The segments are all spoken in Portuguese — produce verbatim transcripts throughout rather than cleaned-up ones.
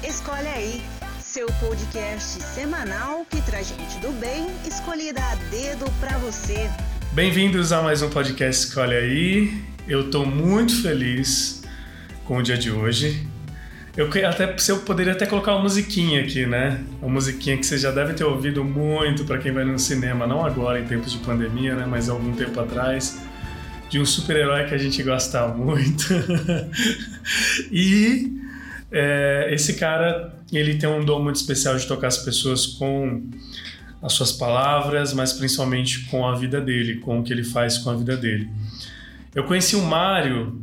Escolhe Aí, seu podcast semanal que traz gente do bem escolhida a dedo pra você. Bem-vindos a mais um podcast Escolhe Aí. Eu tô muito feliz com o dia de hoje. Eu, até, eu poderia até colocar uma musiquinha aqui, né? Uma musiquinha que vocês já devem ter ouvido muito para quem vai no cinema, não agora em tempos de pandemia, né? Mas algum tempo atrás, de um super-herói que a gente gosta muito. E é, esse cara, ele tem um dom muito especial de tocar as pessoas com as suas palavras, mas principalmente com a vida dele, com o que ele faz com a vida dele. Eu conheci o Mário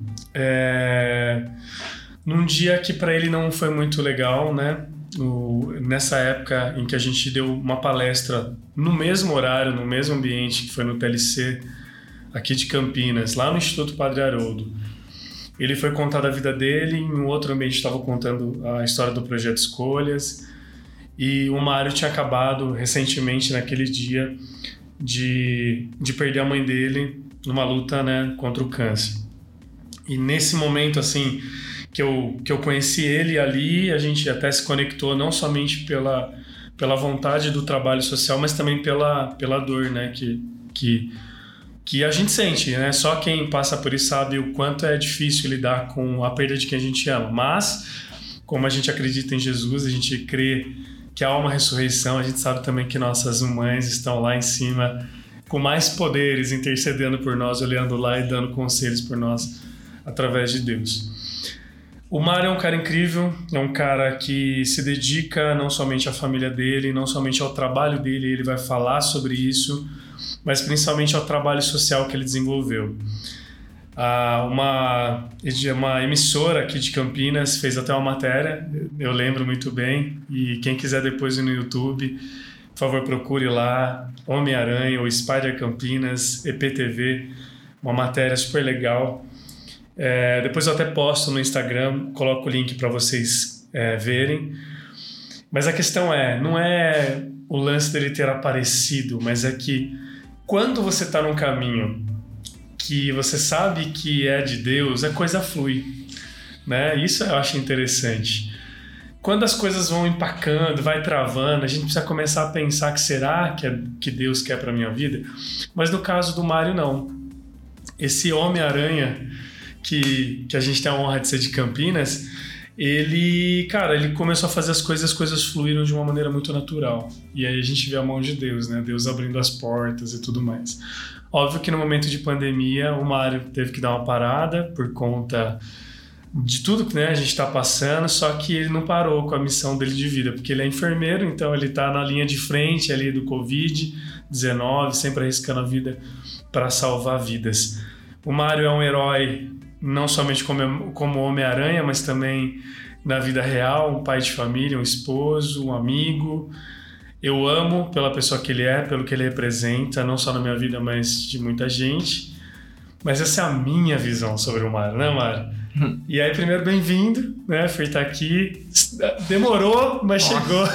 é, num dia que para ele não foi muito legal, né? O, nessa época em que a gente deu uma palestra no mesmo horário, no mesmo ambiente, que foi no T L C aqui de Campinas, lá no Instituto Padre Haroldo. Ele foi contar da vida dele, em um outro ambiente estava contando a história do Projeto Escolhas, e o Mário tinha acabado recentemente, naquele dia, de, de perder a mãe dele numa luta, né, contra o câncer. E nesse momento, assim, que eu, que eu conheci ele ali, a gente até se conectou não somente pela, pela vontade do trabalho social, mas também pela, pela dor, né, que, que, que a gente sente, né? Só quem passa por isso sabe o quanto é difícil lidar com a perda de quem a gente ama. Mas, como a gente acredita em Jesus, a gente crê que há uma ressurreição, a gente sabe também que nossas mães estão lá em cima com mais poderes, intercedendo por nós, olhando lá e dando conselhos por nós através de Deus. O Mário é um cara incrível, é um cara que se dedica não somente à família dele, não somente ao trabalho dele, ele vai falar sobre isso, mas principalmente ao trabalho social que ele desenvolveu. Ah, uma, uma emissora aqui de Campinas fez até uma matéria, eu lembro muito bem, e quem quiser depois ir no YouTube, por favor procure lá, Homem-Aranha ou Spider Campinas, E P T V, uma matéria super legal. É, depois eu até posto no Instagram, coloco o link para vocês é, verem. Mas a questão é, não é o lance dele ter aparecido, mas é que quando você está num caminho que você sabe que é de Deus, a coisa flui, né? Isso eu acho interessante. Quando as coisas vão empacando, vai travando, a gente precisa começar a pensar que será que, é, que Deus quer para minha vida? Mas no caso do Mário, não. Esse Homem-Aranha que, que a gente tem a honra de ser de Campinas, ele, cara, ele começou a fazer as coisas, as coisas fluíram de uma maneira muito natural. E aí a gente vê a mão de Deus, né? Deus abrindo as portas e tudo mais. Óbvio que no momento de pandemia, o Mário teve que dar uma parada por conta de tudo que, né, a gente está passando, só que ele não parou com a missão dele de vida, porque ele é enfermeiro, então ele está na linha de frente ali do covid dezenove, sempre arriscando a vida para salvar vidas. O Mário é um herói não somente como, como Homem-Aranha, mas também na vida real, um pai de família, um esposo, um amigo. Eu amo pela pessoa que ele é, pelo que ele representa, não só na minha vida, mas de muita gente. Mas essa é a minha visão sobre o Mário, né, Mário? Hum. E aí, primeiro, bem-vindo, né? Fui estar aqui. Demorou, mas Nossa. chegou.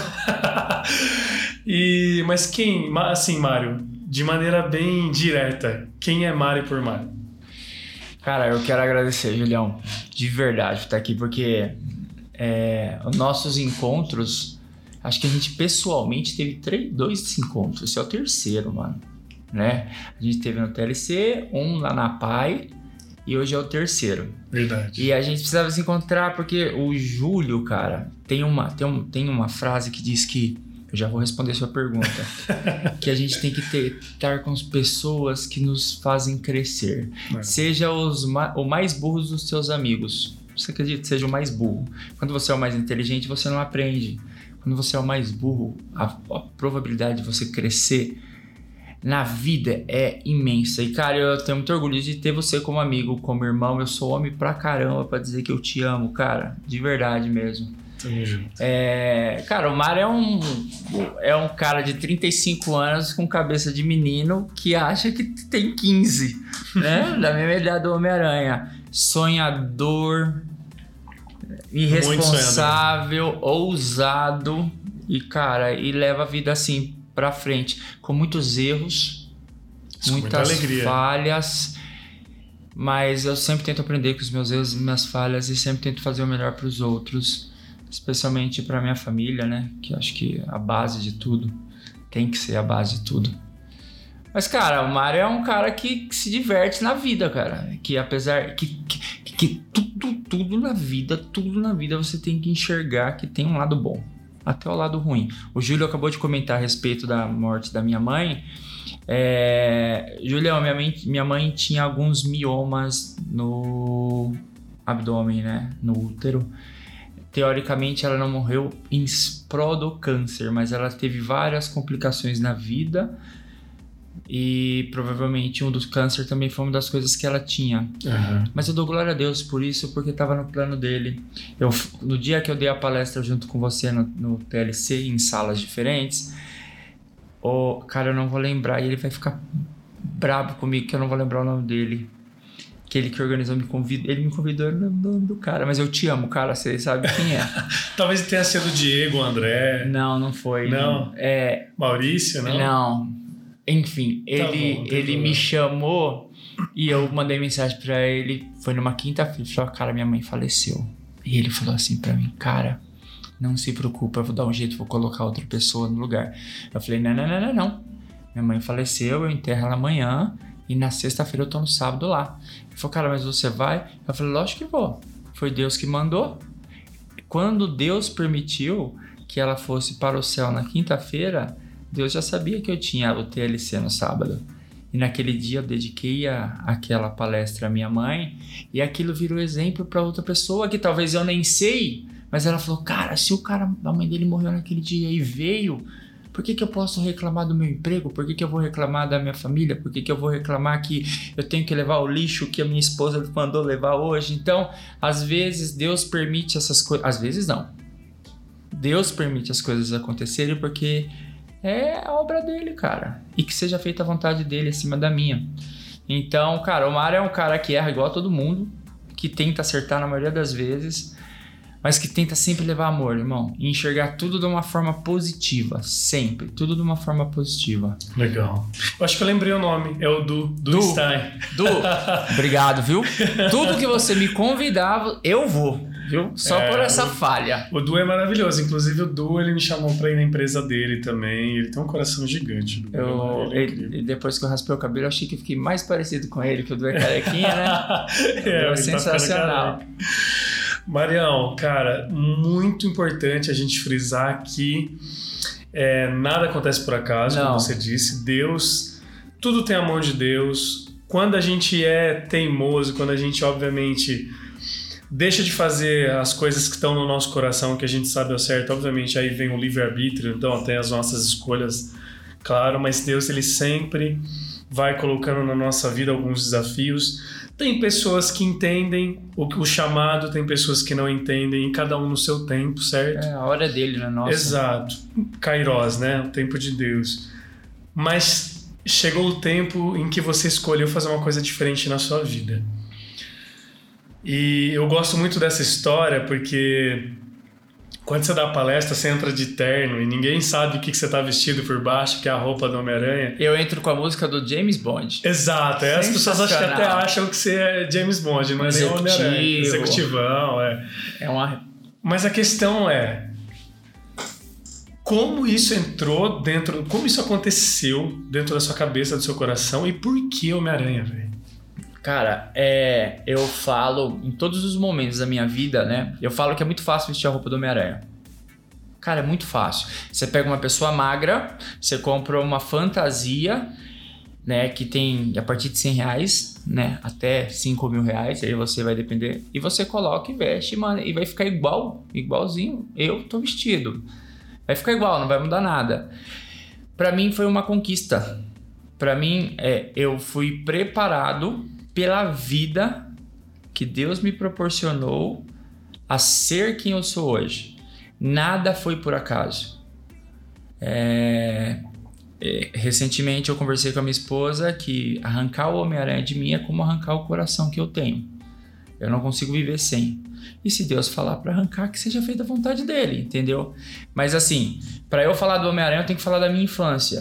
e, mas quem, assim, Mário, de maneira bem direta, quem é Mário por Mário? Cara, eu quero agradecer, Julião, de verdade, por estar aqui, porque é, os nossos encontros, acho que a gente pessoalmente teve três, dois encontros, esse é o terceiro, mano, né? A gente teve no T L C, um lá na P A I e hoje é o terceiro. Verdade. E a gente precisava se encontrar porque o Júlio, cara, tem uma, tem um, tem uma frase que diz que, eu já vou responder sua pergunta, que a gente tem que ter, estar com as pessoas que nos fazem crescer. É. Seja os, o mais burro dos seus amigos. Você acredita que seja o mais burro. Quando você é o mais inteligente, você não aprende. Quando você é o mais burro, a, a probabilidade de você crescer na vida é imensa. E, cara, eu tenho muito orgulho de ter você como amigo, como irmão. Eu sou homem pra caramba pra dizer que eu te amo, cara. De verdade mesmo. Tamo junto. É, cara, o Mário é um, é um cara de trinta e cinco anos com cabeça de menino que acha que tem quinze, né? Da mesma idade do Homem-Aranha. Sonhador, irresponsável, ousado e, cara, e leva a vida assim pra frente, com muitos erros, Isso, muitas muita falhas, mas eu sempre tento aprender com os meus erros e minhas falhas e sempre tento fazer o melhor pros outros. especialmente para minha família, né? Que acho que a base de tudo tem que ser a base de tudo. Mas, cara, o Mário é um cara que, que se diverte na vida, cara. Que apesar... Que, que, que tudo, tudo na vida, tudo na vida você tem que enxergar que tem um lado bom. Até o lado ruim. O Júlio acabou de comentar a respeito da morte da minha mãe. É... Julião, minha mãe, minha mãe tinha alguns miomas no abdômen, né? No útero. Teoricamente, ela não morreu em prol do câncer, mas ela teve várias complicações na vida. E provavelmente um dos câncer também foi uma das coisas que ela tinha. Uhum. Mas eu dou glória a Deus por isso, porque estava no plano dele. Eu, no dia que eu dei a palestra junto com você no, no T L C, em salas diferentes, o cara, eu não vou lembrar, e ele vai ficar brabo comigo que eu não vou lembrar o nome dele. Que ele que organizou me convidou, ele me convidou, eu não lembro o nome do cara, mas eu te amo, cara, você sabe quem é. Talvez tenha sido o Diego, o André. Não, não foi. Não? É... Maurício, não? Não. Enfim, ele, tá bom, ele me chamou e eu mandei mensagem pra ele, foi numa quinta-feira, falou, cara, minha mãe faleceu. E ele falou assim pra mim, cara, não se preocupa, eu vou dar um jeito, vou colocar outra pessoa no lugar. Eu falei, não, não, não, não, não. Minha mãe faleceu, eu enterro ela amanhã e na sexta-feira eu tô no sábado lá. Ele falou, cara, mas você vai? Eu falei, lógico que vou. Foi Deus que mandou. Quando Deus permitiu que ela fosse para o céu na quinta-feira, Deus já sabia que eu tinha o T L C no sábado. E naquele dia eu dediquei a, aquela palestra à minha mãe e aquilo virou exemplo para outra pessoa que talvez eu nem sei, mas ela falou, cara, se o cara, a mãe dele morreu naquele dia e veio, por que que eu posso reclamar do meu emprego? Por que que eu vou reclamar da minha família? Por que que eu vou reclamar que eu tenho que levar o lixo que a minha esposa mandou levar hoje? Então, às vezes Deus permite essas coisas, às vezes não. Deus permite as coisas acontecerem porque é a obra dele, cara. E que seja feita a vontade dele acima da minha. Então, cara, o Mário é um cara que erra igual a todo mundo, que tenta acertar na maioria das vezes, mas que tenta sempre levar amor, irmão. E enxergar tudo de uma forma positiva. Sempre. Tudo de uma forma positiva. Legal. Eu acho que eu lembrei o nome. É o Du. Du, Du. Stein. Du. Obrigado, viu? Tudo que você me convidava, eu vou. Viu? Só é, por essa o, falha. O Du é maravilhoso. Inclusive o Du, ele me chamou pra ir na empresa dele também. Ele tem um coração gigante. Du. Eu, é ele, depois que eu raspei o cabelo, eu achei que eu fiquei mais parecido com ele, que o Du é carequinha, né? é, é sensacional. Tá Marião, cara, muito importante a gente frisar que é, nada acontece por acaso, Não. como você disse. Deus, tudo tem a mão de Deus. Quando a gente é teimoso, quando a gente, obviamente, deixa de fazer as coisas que estão no nosso coração, que a gente sabe ao certo, obviamente, aí vem o livre-arbítrio, então tem as nossas escolhas, claro, mas Deus, ele sempre vai colocando na nossa vida alguns desafios. Tem pessoas que entendem o, o chamado, tem pessoas que não entendem, e cada um no seu tempo, certo? É, a hora dele, né? Nossa. Exato. Kairos, né? O tempo de Deus. Mas chegou o tempo em que você escolheu fazer uma coisa diferente na sua vida. E eu gosto muito dessa história porque quando você dá a palestra, você entra de terno e ninguém sabe o que você está vestido por baixo, que é a roupa do Homem-Aranha. Eu entro com a música do James Bond. Exato, é, as pessoas acho que até acham que você é James Bond, não é nem Homem-Aranha. Executivão, é. É uma... Mas a questão é, como isso entrou dentro, como isso aconteceu dentro da sua cabeça, do seu coração e por que Homem-Aranha, velho? Cara, é, eu falo em todos os momentos da minha vida, né? Eu falo que é muito fácil vestir a roupa do Homem-Aranha. Cara, é muito fácil. Você pega uma pessoa magra, você compra uma fantasia, né? Que tem a partir de cem reais, né? Até cinco mil reais, aí você vai depender. E você coloca e veste, mano, e vai ficar igual, igualzinho. Eu tô vestido. Vai ficar igual, não vai mudar nada. Pra mim foi uma conquista. Pra mim, é, eu fui preparado pela vida que Deus me proporcionou a ser quem eu sou hoje. Nada foi por acaso. É, é, recentemente eu conversei com a minha esposa que arrancar o Homem-Aranha de mim é como arrancar o coração que eu tenho. Eu não consigo viver sem. E se Deus falar para arrancar, que seja feita a vontade dele, entendeu? Mas assim, para eu falar do Homem-Aranha, eu tenho que falar da minha infância.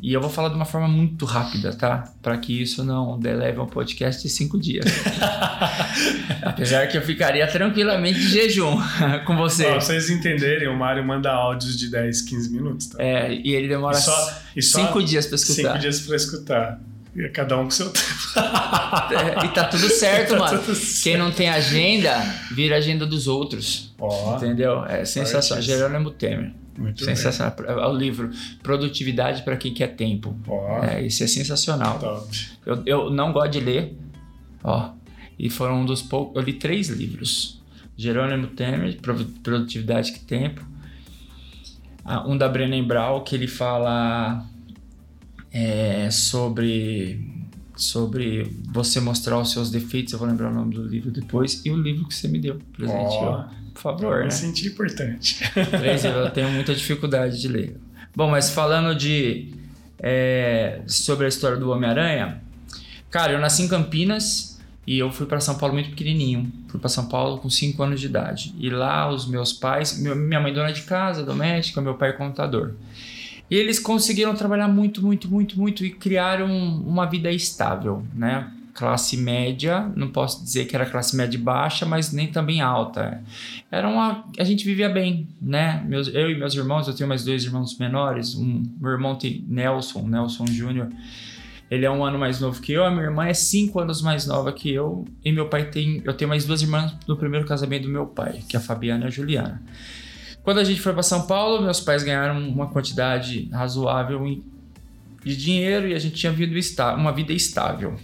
E eu vou falar de uma forma muito rápida, tá? Para que isso não leve um podcast de cinco dias. Apesar que eu ficaria tranquilamente de jejum com você. Pra vocês entenderem, o Mário manda áudios de dez, quinze minutos. Tá? É, e ele demora e só, e só cinco dias para escutar. Cinco dias para escutar. E cada um com seu tempo. É, e tá tudo certo, tá mano. Tudo certo. Quem não tem agenda, vira a agenda dos outros. Oh, entendeu? É sensacional. Jerônimo Temer. Muito sensacional. Bem. É o livro Produtividade para Quem Quer Tempo. Oh, é, isso é sensacional. Top. Eu, eu não gosto de ler. Ó, e foram um dos poucos. Eu li três livros: Jerônimo Temer, Produtividade que Tempo. Um da Brené Brown, que ele fala é, sobre, sobre você mostrar os seus defeitos. Eu vou lembrar o nome do livro depois. E o livro que você me deu, presente. Oh. Por favor, eu me né? senti importante. Três, eu tenho muita dificuldade de ler. Bom, mas falando de é, sobre a história do Homem-Aranha, cara, eu nasci em Campinas e eu fui para São Paulo muito pequenininho. Fui para São Paulo com cinco anos de idade. E lá os meus pais, minha mãe dona de casa, doméstica, meu pai contador. E eles conseguiram trabalhar muito, muito, muito, muito e criaram uma vida estável, né? Classe média, não posso dizer que era classe média baixa, mas nem também alta. Era uma, a gente vivia bem, né? Meus, eu e meus irmãos, eu tenho mais dois irmãos menores. Um, meu irmão tem Nelson, Nelson Júnior. Ele é um ano mais novo que eu. A minha irmã é cinco anos mais nova que eu. E meu pai tem, eu tenho mais duas irmãs do primeiro casamento do meu pai, que é a Fabiana e a Juliana. Quando a gente foi para São Paulo, meus pais ganharam uma quantidade razoável de dinheiro e a gente tinha uma vida estável.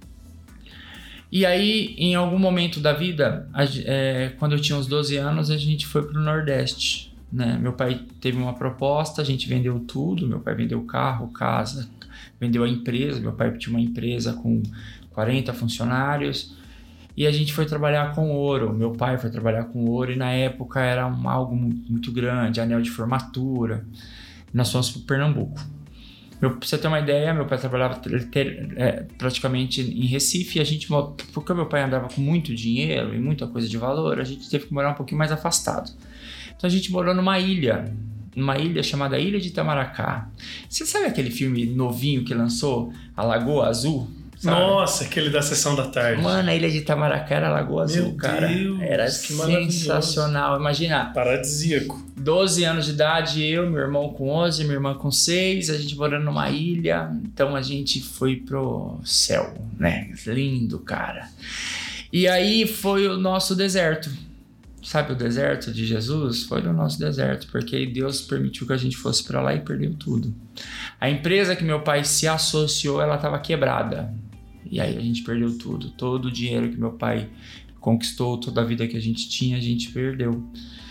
E aí, em algum momento da vida, a, é, quando eu tinha uns doze anos, a gente foi para o Nordeste, né? Meu pai teve uma proposta, a gente vendeu tudo. Meu pai vendeu carro, casa, vendeu a empresa. Meu pai tinha uma empresa com quarenta funcionários. E a gente foi trabalhar com ouro. Meu pai foi trabalhar com ouro e na época era um, algo muito grande, anel de formatura. Nós fomos para Pernambuco. Meu, pra você ter uma ideia, meu pai trabalhava ter, é, praticamente em Recife e a gente, porque meu pai andava com muito dinheiro e muita coisa de valor, a gente teve que morar um pouquinho mais afastado. Então a gente morou numa ilha, numa ilha chamada Ilha de Itamaracá. Você sabe aquele filme novinho que lançou, A Lagoa Azul? Sabe? Nossa, aquele da Sessão da Tarde. Mano, a Ilha de Itamaracá era a Lagoa Azul, Meu cara. Deus, era que sensacional. Imagina. Paradisíaco. doze anos de idade, eu, meu irmão com onze, minha irmã com seis, a gente morando numa ilha. Então a gente foi pro céu, né? Lindo, cara. E aí foi o nosso deserto. Sabe o deserto de Jesus? Foi o nosso deserto, porque Deus permitiu que a gente fosse pra lá e perdeu tudo. A empresa que meu pai se associou, ela estava quebrada. E aí a gente perdeu tudo. Todo o dinheiro que meu pai conquistou, toda a vida que a gente tinha, a gente perdeu.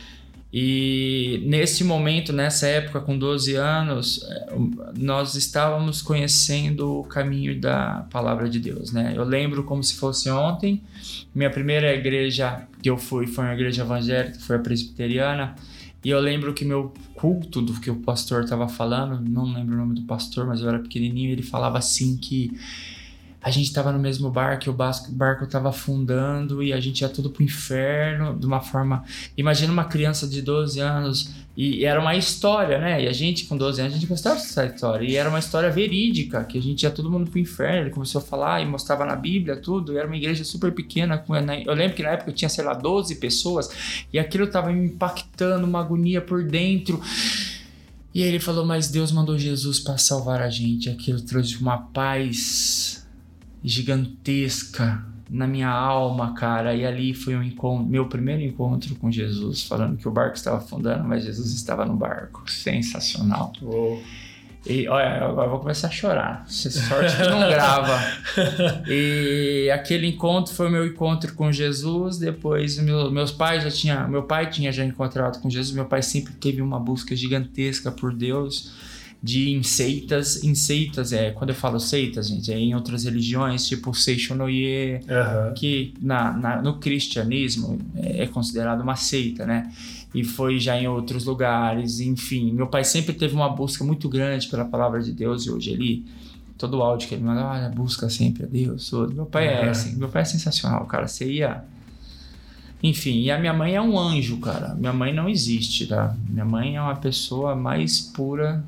E nesse momento, nessa época, com doze anos, nós estávamos conhecendo o caminho da palavra de Deus, né? Eu lembro como se fosse ontem. Minha primeira igreja que eu fui foi uma igreja evangélica, foi a presbiteriana. E eu lembro que meu culto do que o pastor estava falando, não lembro o nome do pastor, mas eu era pequenininho, ele falava assim que a gente estava no mesmo barco e o barco estava afundando e a gente ia tudo pro inferno de uma forma... Imagina uma criança de doze anos e era uma história, né? E a gente com doze anos, a gente gostava dessa história. E era uma história verídica, que a gente ia todo mundo pro inferno. Ele começou a falar e mostrava na Bíblia tudo. E era uma igreja super pequena. Eu lembro que na época tinha, sei lá, doze pessoas e aquilo estava me impactando, uma agonia por dentro. E aí ele falou, mas Deus mandou Jesus para salvar a gente. Aquilo trouxe uma paz gigantesca na minha alma, cara. E ali foi um encontro, meu primeiro encontro com Jesus, falando que o barco estava afundando, mas Jesus estava no barco. Sensacional. Uou. E olha, agora eu vou começar a chorar. Sorte que não grava. E aquele encontro foi o meu encontro com Jesus. Depois meu, meus pais já tinham, meu pai tinha já encontrado com Jesus. Meu pai sempre teve uma busca gigantesca por Deus, de em seitas, em seitas, é, quando eu falo seitas, gente, é em outras religiões, tipo Seishonoye, uhum. que na, na, no cristianismo é considerado uma seita, né? E foi já em outros lugares, enfim. Meu pai sempre teve uma busca muito grande pela palavra de Deus e hoje ele, todo o áudio que ele manda, olha, busca sempre a Deus. Todo. Meu pai uhum. é assim, meu pai é sensacional, cara, você ia... Enfim, e a minha mãe é um anjo, cara. Minha mãe não existe, tá? Minha mãe é uma pessoa mais pura.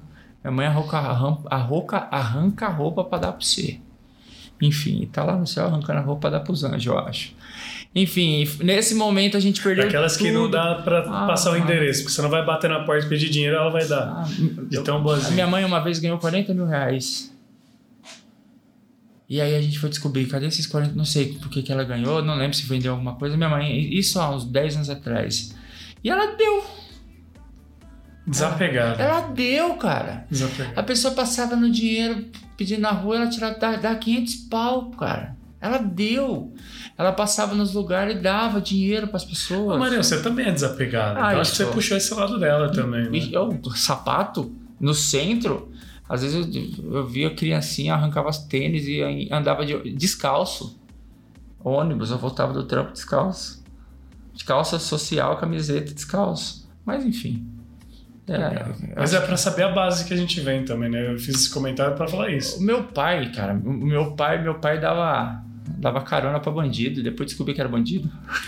Minha mãe arranca, arranca, arranca a roupa pra dar pra você. Enfim, tá lá no céu arrancando a roupa pra dar pros anjos, eu acho. Enfim, nesse momento a gente perdeu Aquelas tudo. que não dá pra ah, passar o endereço, porque você não vai bater na porta e pedir dinheiro, ela vai dar. Ah, de tão boazinha. A minha mãe uma vez ganhou quarenta mil reais. E aí a gente foi descobrir, cadê esses quarenta? Não sei por que que ela ganhou, não lembro se vendeu alguma coisa. Minha mãe, isso há uns dez anos atrás. E ela deu. Desapegada. Ela, ela deu, cara. Desapegada. A pessoa passava no dinheiro pedindo na rua, ela tirava, dá, dá quinhentos pau, cara. Ela deu. Ela passava nos lugares e dava dinheiro pras pessoas. Ô, Maria, você também é desapegada. Ah, eu acho que você puxou esse lado dela também. Né? Eu, sapato, no centro, às vezes eu, eu via criancinha, arrancava as tênis e andava de, descalço. Ônibus, eu voltava do trampo descalço. De calça social, camiseta, descalço. Mas enfim. É, mas é pra saber a base que a gente vem também, né? Eu fiz esse comentário pra falar isso. O meu pai, cara, o meu pai, meu pai dava... Dava carona pra bandido, depois descobri que era bandido.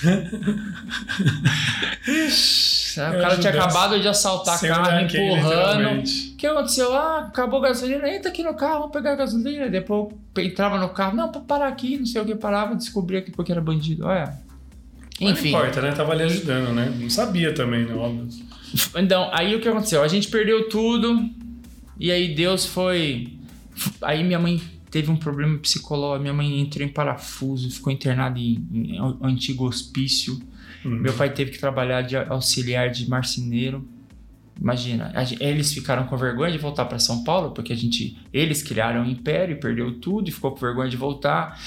Ixi, o cara tinha acabado de assaltar carro, empurrando. O que aconteceu? Ah, acabou a gasolina, entra aqui no carro, vamos pegar a gasolina. Depois entrava no carro, não, pra parar aqui, não sei o que, parava, descobria que porque era bandido. Olha. Enfim. Não importa, né? Tava ali ajudando, né? Não sabia também, né? Óbvio. Então, aí o que aconteceu? A gente perdeu tudo, e aí Deus foi. Aí minha mãe teve um problema psicológico, minha mãe entrou em parafuso, ficou internada em, em um antigo hospício. Uhum. Meu pai teve que trabalhar de auxiliar de marceneiro. Imagina, a, eles ficaram com vergonha de voltar para São Paulo, porque a gente, eles criaram um império, perdeu tudo e ficou com vergonha de voltar.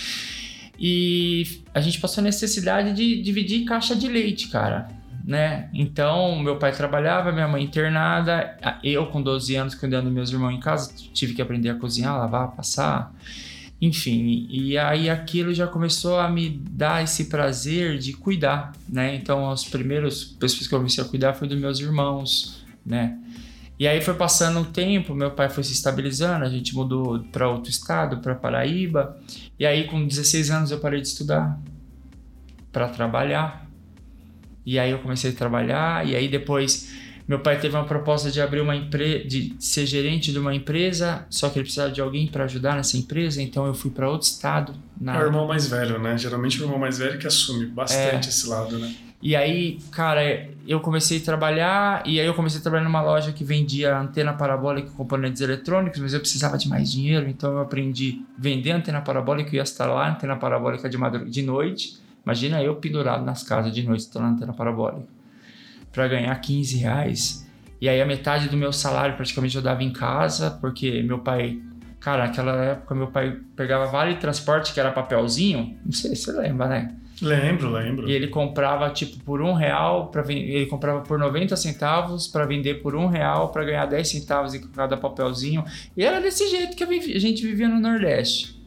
E a gente passou a necessidade de dividir caixa de leite, cara. Né? Então, meu pai trabalhava, minha mãe internada, eu com doze anos cuidando dos meus irmãos em casa, tive que aprender a cozinhar, lavar, passar, enfim, e aí aquilo já começou a me dar esse prazer de cuidar, né? Então, as primeiras pessoas que eu comecei a cuidar foi dos meus irmãos, né? E aí foi passando o tempo, meu pai foi se estabilizando, a gente mudou para outro estado, para Paraíba, e aí com dezesseis anos eu parei de estudar para trabalhar. E aí eu comecei a trabalhar, e aí depois meu pai teve uma proposta de abrir uma empresa, de ser gerente de uma empresa, só que ele precisava de alguém para ajudar nessa empresa, então eu fui para outro estado. Na... É o irmão mais velho, né? Geralmente é o irmão mais velho que assume bastante é... esse lado, né? E aí, cara, eu comecei a trabalhar, e aí eu comecei a trabalhar numa loja que vendia antena parabólica e componentes eletrônicos, mas eu precisava de mais dinheiro, então eu aprendi a vender antena parabólica, eu ia instalar antena parabólica de, madrug... de noite. Imagina eu pendurado nas casas de noite, instalando antena parabólica, para ganhar quinze reais. E aí a metade do meu salário praticamente eu dava em casa, porque meu pai... Cara, naquela época meu pai pegava vale transporte, que era papelzinho. Não sei se você lembra, né? Lembro, lembro. E ele comprava tipo por um real, pra vend... ele comprava por noventa centavos para vender por um real, para ganhar dez centavos em cada papelzinho. E era desse jeito que a gente vivia no Nordeste.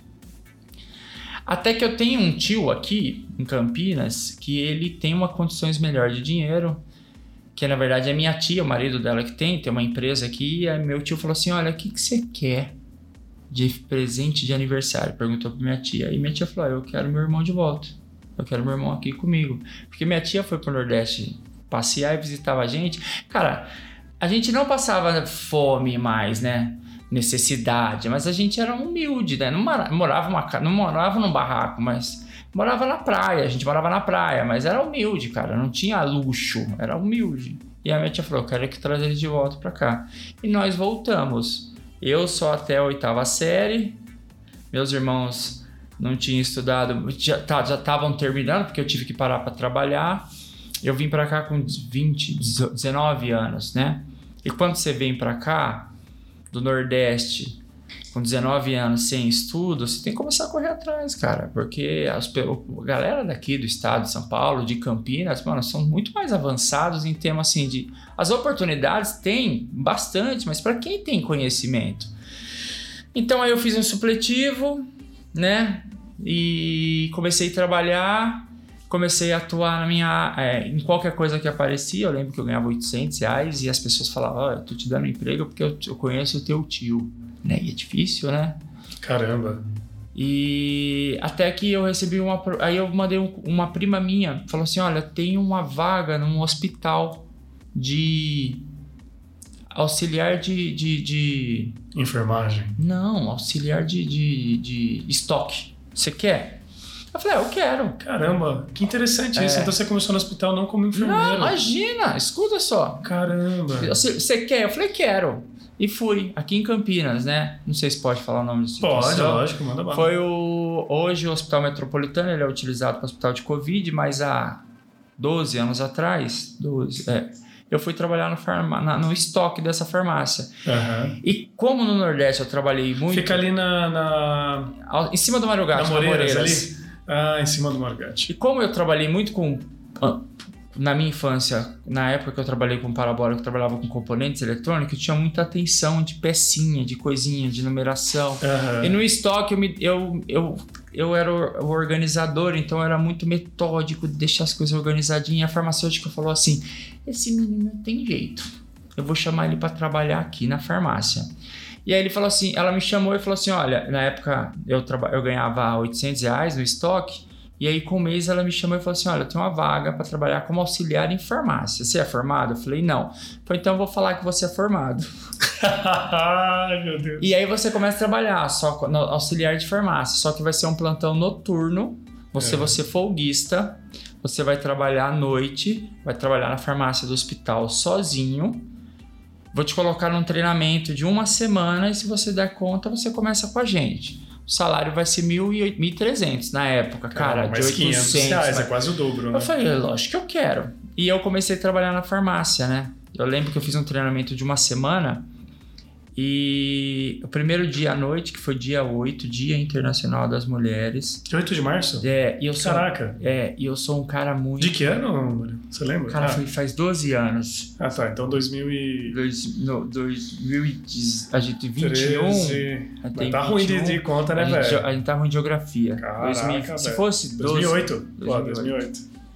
Até que eu tenho um tio aqui em Campinas que ele tem uma condições melhor de dinheiro, que na verdade é minha tia, o marido dela que tem, tem uma empresa aqui, e aí meu tio falou assim, olha, o que, que você quer de presente de aniversário? Perguntou pra minha tia, e minha tia falou, eu quero meu irmão de volta, eu quero meu irmão aqui comigo, porque minha tia foi pro Nordeste passear e visitava a gente. Cara, a gente não passava fome mais, né? Necessidade, mas a gente era humilde, né? Não morava, uma, não morava num barraco, mas morava na praia, a gente morava na praia, mas era humilde, cara, não tinha luxo, era humilde. E a minha tia falou, eu quero que trazer ele de volta pra cá. E nós voltamos. Eu só até a oitava série, meus irmãos não tinham estudado, já estavam terminando, porque eu tive que parar para trabalhar. Eu vim pra cá com vinte, dezenove anos, né? E quando você vem pra cá, do Nordeste, com dezenove anos sem estudo, você tem que começar a correr atrás, cara, porque as, a galera daqui do estado de São Paulo, de Campinas, mano, são muito mais avançados em termos assim de... As oportunidades tem bastante, mas para quem tem conhecimento. Então aí eu fiz um supletivo, né, e comecei a trabalhar, comecei a atuar na minha, é, em qualquer coisa que aparecia. Eu lembro que eu ganhava oitocentos reais e as pessoas falavam, ó, oh, eu tô te dando emprego porque eu, eu conheço o teu tio, né? E é difícil, né? Caramba. E até que eu recebi uma... Aí eu mandei um, uma prima minha, falou assim, olha, tem uma vaga num hospital de auxiliar de, de, de... Enfermagem. Não, auxiliar de, de, de estoque. Você quer? Eu falei, ah, eu quero. Caramba, que interessante é. isso. Então você começou no hospital não como enfermeiro. Não, imagina, escuta só. Caramba. Você, você quer? Eu falei, quero. E fui, aqui em Campinas, né? Não sei se pode falar o nome do instituição. Pode, lógico, manda bala. Foi o... Hoje o Hospital Metropolitano, ele é utilizado para o hospital de Covid, mas há doze anos atrás, doze, é, eu fui trabalhar no, farma, na, no estoque dessa farmácia. Uhum. E como no Nordeste eu trabalhei muito... Fica ali na... na... Em cima do Mário Gatti, na Moreiras, ali? Ah, em cima do Mário Gatti. E como eu trabalhei muito com... Na minha infância, na época que eu trabalhei com parabólica, eu trabalhava com componentes eletrônicos, eu tinha muita atenção de pecinha, de coisinha, de numeração. Uhum. E no estoque eu, me, eu, eu, eu era o organizador, então eu era muito metódico de deixar as coisas organizadinhas. A farmacêutica falou assim, esse menino tem jeito, eu vou chamar ele para trabalhar aqui na farmácia. E aí ele falou assim, ela me chamou e falou assim, olha, na época eu, traba, eu ganhava oitocentos reais no estoque. E aí, com um mês, ela me chamou e falou assim, olha, eu tenho uma vaga para trabalhar como auxiliar em farmácia. Você é formado? Eu falei, não. Falei, então eu vou falar que você é formado. Ai, meu Deus. E aí você começa a trabalhar, só no auxiliar de farmácia. Só que vai ser um plantão noturno. Você é. vai ser folguista. Você vai trabalhar à noite. Vai trabalhar na farmácia do hospital sozinho. Vou te colocar num treinamento de uma semana. E se você der conta, você começa com a gente. O salário vai ser mil e trezentos na época, cara, Caramba, de oitocentos. quinhentos reais, é quase o dobro, né? Eu falei, lógico que eu quero. E eu comecei a trabalhar na farmácia, né? Eu lembro que eu fiz um treinamento de uma semana e o primeiro dia à noite, que foi dia oito, Dia Internacional das Mulheres. oito de março? É, e eu sou, Caraca. É, e eu sou um cara muito... De que ano, Mário? Você lembra? Cara, ah. foi, faz doze anos. Ah, tá. Então dois mil e... Dois, no, dois mil e dez, a gente vinte e um... treze... Mas tá vinte e um, ruim de, de conta, né, a velho? Gente, a gente tá ruim de geografia. Caraca, dois mil, velho. Se fosse doze... dois mil e oito. dois mil e oito. Pô, dois mil e oito.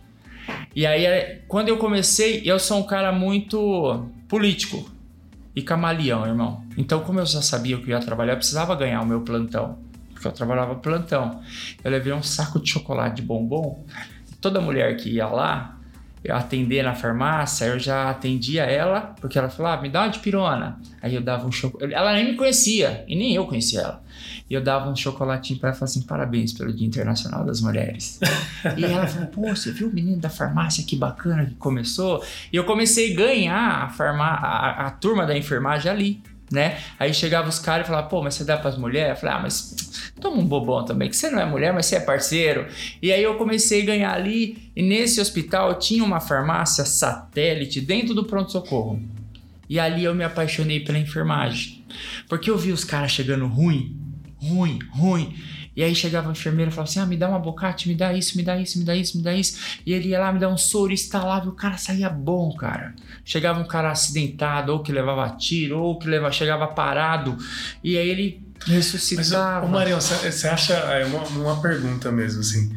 E aí, quando eu comecei, eu sou um cara muito político e camaleão, irmão. Então, como eu já sabia que eu ia trabalhar, eu precisava ganhar o meu plantão, porque eu trabalhava plantão. Eu levei um saco de chocolate de bombom. Toda mulher que ia lá, eu atender na farmácia, eu já atendia ela, porque ela falava, ah, me dá uma de pirona. Aí eu dava um chocolate. Ela nem me conhecia, e nem eu conhecia ela. E eu dava um chocolatinho para ela e falava assim, parabéns pelo Dia Internacional das Mulheres. E ela falou, pô, você viu o menino da farmácia, que bacana que começou? E eu comecei a ganhar a, farma, a, a turma da enfermagem ali, né? Aí chegava os caras e falavam, pô, mas você dá pras mulheres? Eu falei, ah, mas toma um bobão também, que você não é mulher, mas você é parceiro. E aí eu comecei a ganhar ali, e nesse hospital tinha uma farmácia satélite dentro do pronto-socorro. E ali eu me apaixonei pela enfermagem, porque eu vi os caras chegando ruim, ruim, ruim. E aí chegava a enfermeira e falava assim, ah, me dá uma abacate, me dá isso, me dá isso, me dá isso, me dá isso. E ele ia lá, me dá um soro, instalava e o cara saía bom, cara. Chegava um cara acidentado, ou que levava tiro, ou que levava, chegava parado. E aí ele ressuscitava. Mas, ô Marião, você acha, é uma, uma pergunta mesmo, assim,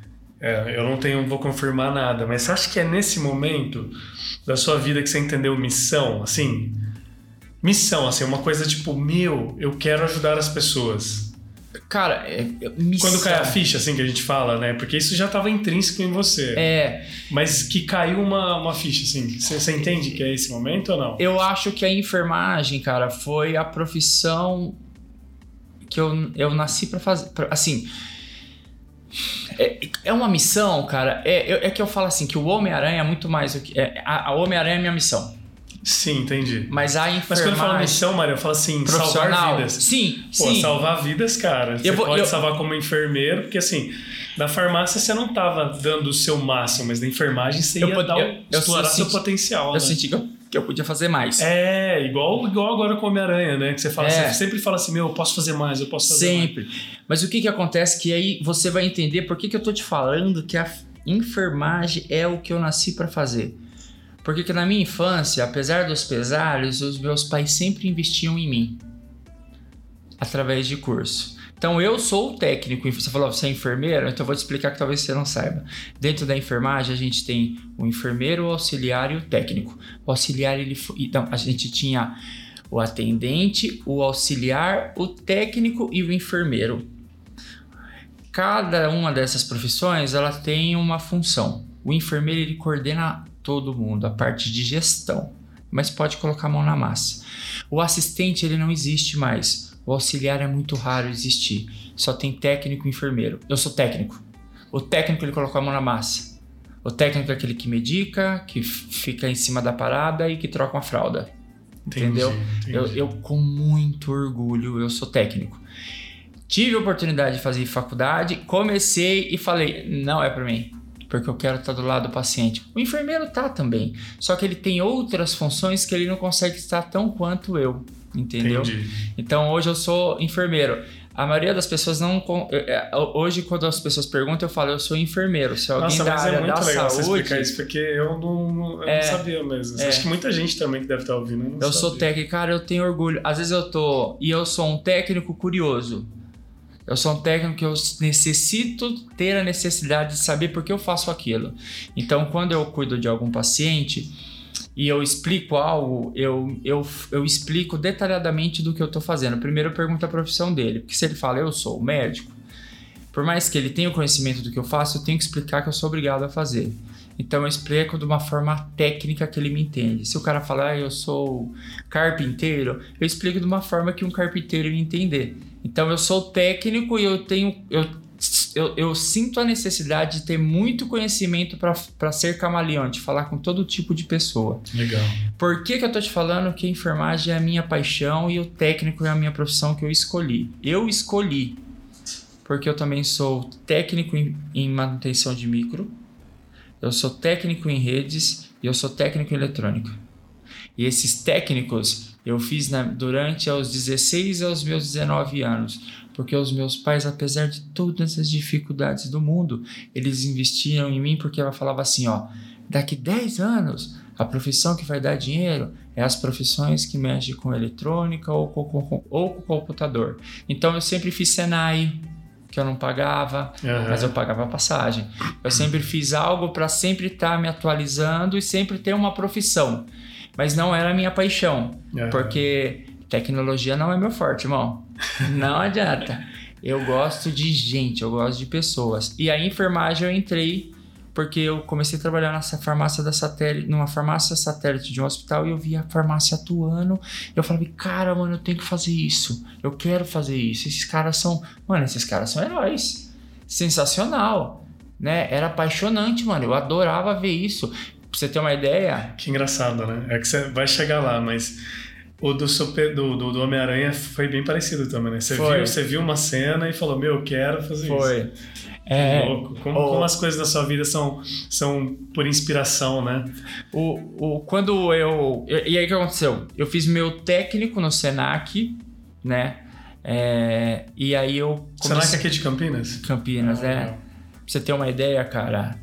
é, eu não tenho, vou confirmar nada, mas você acha que é nesse momento da sua vida que você entendeu missão, assim? Missão, assim, uma coisa tipo, meu, eu quero ajudar as pessoas. Cara, é, missão. Quando cai a ficha, assim, que a gente fala, né? Porque isso já estava intrínseco em você. É. Mas que caiu uma, uma ficha, assim. Você entende que é esse momento ou não? Eu acho que a enfermagem, cara, foi a profissão que eu, eu nasci pra fazer. Pra, assim, é, é uma missão, cara. É, é que eu falo assim, que o Homem-Aranha é muito mais do que... É, a, a Homem-Aranha é a minha missão. Sim, entendi. Mas a enfermagem... Mas quando eu falo missão, Mário, eu falo assim, salvar vidas. Sim, Pô, sim. salvar vidas, cara. Você eu vou, pode eu... salvar como enfermeiro, porque assim, na farmácia você não tava dando o seu máximo, mas na enfermagem você ia eu, dar eu, o, eu, explorar eu seu senti, potencial, Eu né? senti que eu, que eu podia fazer mais. É, igual, igual agora com o Homem-Aranha, né? Que você fala, é. você sempre fala assim, meu, eu posso fazer mais, eu posso fazer sempre. mais. Sempre. Mas o que que acontece que aí você vai entender por que que eu tô te falando que a enfermagem é o que eu nasci pra fazer. Porque que na minha infância, apesar dos pesares, os meus pais sempre investiam em mim. Através de curso. Então eu sou o técnico. Você falou, você é enfermeiro? Então eu vou te explicar que talvez você não saiba. Dentro da enfermagem a gente tem o enfermeiro, o auxiliar e o técnico. O auxiliar, ele foi... Então a gente tinha o atendente, o auxiliar, o técnico e o enfermeiro. Cada uma dessas profissões, ela tem uma função. O enfermeiro, ele coordena todo mundo, a parte de gestão. mas pode colocar a mão na massa. O assistente, ele não existe mais. O auxiliar é muito raro existir. Só tem técnico e enfermeiro. Eu sou técnico. O técnico, ele coloca a mão na massa. O técnico é aquele que medica, que fica em cima da parada e que troca uma fralda. Entendi, entendeu? Entendi. Eu, eu, com muito orgulho, eu sou técnico. Tive a oportunidade de fazer faculdade, comecei e falei, não é pra mim. Porque eu quero estar do lado do paciente. O enfermeiro tá também. Só que ele tem outras funções que ele não consegue estar tão quanto eu. Entendeu? Entendi. Então hoje eu sou enfermeiro. A maioria das pessoas não... Hoje quando as pessoas perguntam, eu falo, eu sou enfermeiro. Se alguém Nossa, da mas área é muito da legal saúde... você explicar isso, porque eu não, eu é, não sabia mesmo. É, Acho que muita gente também que deve estar ouvindo. Eu, não eu sou técnico, cara, eu tenho orgulho. Às vezes eu tô... E eu sou um técnico curioso. Eu sou um técnico que eu necessito ter a necessidade de saber por que eu faço aquilo. Então, quando eu cuido de algum paciente e eu explico algo, eu, eu, eu explico detalhadamente do que eu estou fazendo. Primeiro eu pergunto a profissão dele, porque se ele fala, eu sou médico, por mais que ele tenha o conhecimento do que eu faço, eu tenho que explicar que eu sou obrigado a fazer. Então eu explico de uma forma técnica que ele me entende. Se o cara falar, ah, eu sou carpinteiro, eu explico de uma forma que um carpinteiro me entender. Então eu sou técnico e eu tenho eu, eu, eu sinto a necessidade de ter muito conhecimento para ser camaleante, falar com todo tipo de pessoa. Legal. Por que que eu tô te falando que a enfermagem é a minha paixão e o técnico é a minha profissão que eu escolhi? Eu escolhi porque eu também sou técnico em, em manutenção de micro, eu sou técnico em redes e eu sou técnico em eletrônica. E esses técnicos eu fiz na, durante aos dezesseis aos meus dezenove anos, porque os meus pais, apesar de todas as dificuldades do mundo, eles investiam em mim porque ela falava assim, ó, daqui dez anos a profissão que vai dar dinheiro é as profissões que mexem com eletrônica ou com, com, ou com computador. Então eu sempre fiz Senai, que eu não pagava, uhum. mas eu pagava a passagem. Eu sempre fiz algo para sempre estar me atualizando e sempre ter uma profissão. Mas não era a minha paixão, uhum. porque tecnologia não é meu forte, irmão. Não adianta. Eu gosto de gente, eu gosto de pessoas. E a enfermagem eu entrei porque eu comecei a trabalhar nessa farmácia da satélite, numa farmácia satélite de um hospital, e eu vi a farmácia atuando. Eu falei, cara, mano, eu tenho que fazer isso. Eu quero fazer isso. Esses caras são... Mano, esses caras são heróis. Sensacional. Né? Era apaixonante, mano. Eu adorava ver isso. Pra você ter uma ideia... Que engraçado, né? É que você vai chegar lá, mas... O do, super, do, do, do Homem-Aranha foi bem parecido também, né? Você viu, você viu uma cena e falou, meu, eu quero fazer foi. isso. É, louco. Como, o, como as coisas da sua vida são, são por inspiração, né? O, o, quando eu... E aí o que aconteceu? Eu fiz meu técnico no Senac, né? É, e aí eu... Comecei... Senac aqui de Campinas? Campinas, ah, é. Legal. Pra você ter uma ideia, cara...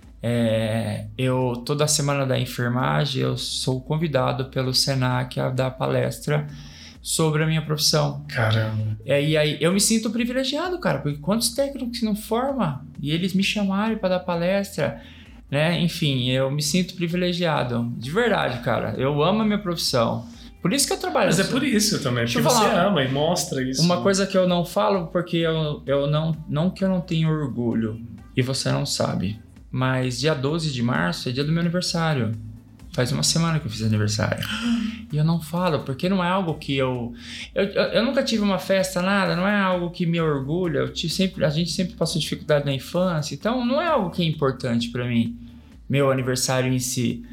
É, eu, toda semana da enfermagem, eu sou convidado pelo Senac a dar palestra sobre a minha profissão. Caramba. É, e aí eu me sinto privilegiado, cara, porque quantos técnicos não formam e eles me chamarem para dar palestra, né? Enfim, eu me sinto privilegiado. De verdade, cara. Eu amo a minha profissão. Por isso que eu trabalho. Mas é por isso também, porque você ama e mostra isso. Uma coisa que eu não falo, porque eu, eu não... Não que eu não tenho orgulho, e você não sabe. Mas dia doze de março é dia do meu aniversário. Faz uma semana que eu fiz aniversário. E eu não falo, porque não é algo que eu... Eu, eu, eu nunca tive uma festa, nada. Não é algo que me orgulha. Eu tive sempre, a gente sempre passou dificuldade na infância. Então, não é algo que é importante pra mim. Meu aniversário em si.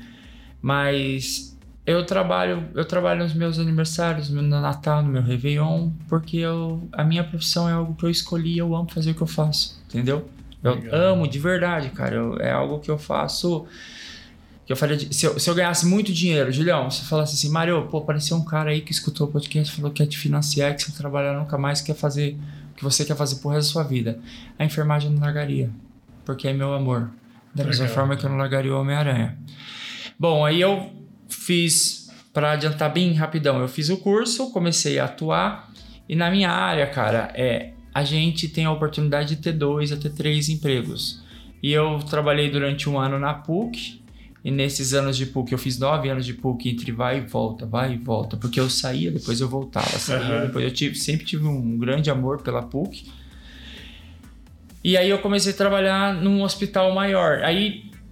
Mas eu trabalho, eu trabalho nos meus aniversários, no Natal, no meu Réveillon. Porque eu, a minha profissão é algo que eu escolhi. Eu amo fazer o que eu faço. Entendeu? Eu Legal. amo de verdade, cara. Eu, é algo que eu faço... Que eu faria de, se, eu, se eu ganhasse muito dinheiro, Julião, você falasse assim, Mário, pô, apareceu um cara aí que escutou o podcast, falou que quer te financiar, que você trabalhar nunca mais, quer fazer o que você quer fazer pro resto da sua vida. A enfermagem eu não largaria, porque é meu amor. Da mesma Legal. forma que eu não largaria o Homem-Aranha. Bom, aí eu fiz, para adiantar bem rapidão, eu fiz o curso, comecei a atuar, e na minha área, cara, é... a gente tem a oportunidade de ter dois até três empregos. E eu trabalhei durante um ano na P U C, e nesses anos de P U C, eu fiz nove anos de P U C entre vai e volta, vai e volta, porque eu saía, depois eu voltava, saía, uhum. depois eu tive, sempre tive um grande amor pela P U C. E aí eu comecei a trabalhar num hospital maior. Aí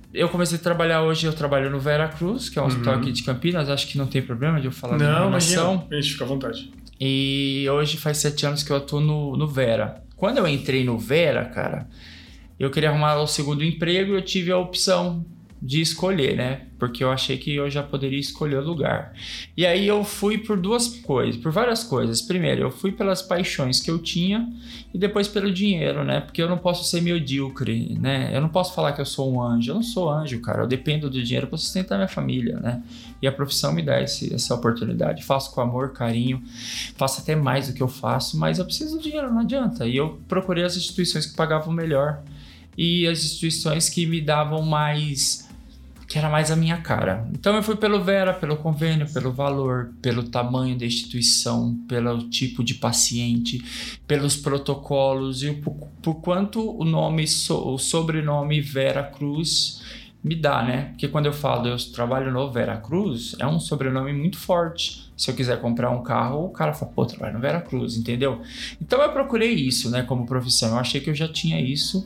eu comecei a trabalhar hoje, eu trabalho no Vera Cruz, que é um hospital Uhum. aqui de Campinas, acho que não tem problema de eu falar da Não, informação. imagina. Gente, fica à vontade. E hoje faz sete anos que eu atuo no, no Vera. Quando eu entrei no Vera, cara, eu queria arrumar o segundo emprego e eu tive a opção de escolher, né? Porque eu achei que eu já poderia escolher o lugar. E aí eu fui por duas coisas, por várias coisas. Primeiro, eu fui pelas paixões que eu tinha e depois pelo dinheiro, né? Porque eu não posso ser medíocre, né? Eu não posso falar que eu sou um anjo. Eu não sou anjo, cara. Eu dependo do dinheiro para sustentar minha família, né? E a profissão me dá esse, essa oportunidade. Faço com amor, carinho, faço até mais do que eu faço, mas eu preciso do dinheiro, não adianta. E eu procurei as instituições que pagavam melhor e as instituições que me davam mais... que era mais a minha cara. Então eu fui pelo Vera, pelo convênio, pelo valor, pelo tamanho da instituição, pelo tipo de paciente, pelos protocolos e por, por quanto o nome, o sobrenome Vera Cruz me dá, né? Porque quando eu falo eu trabalho no Vera Cruz, é um sobrenome muito forte. Se eu quiser comprar um carro, o cara fala, pô, trabalho no Vera Cruz, entendeu? Então eu procurei isso, né, como profissão. Eu achei que eu já tinha isso.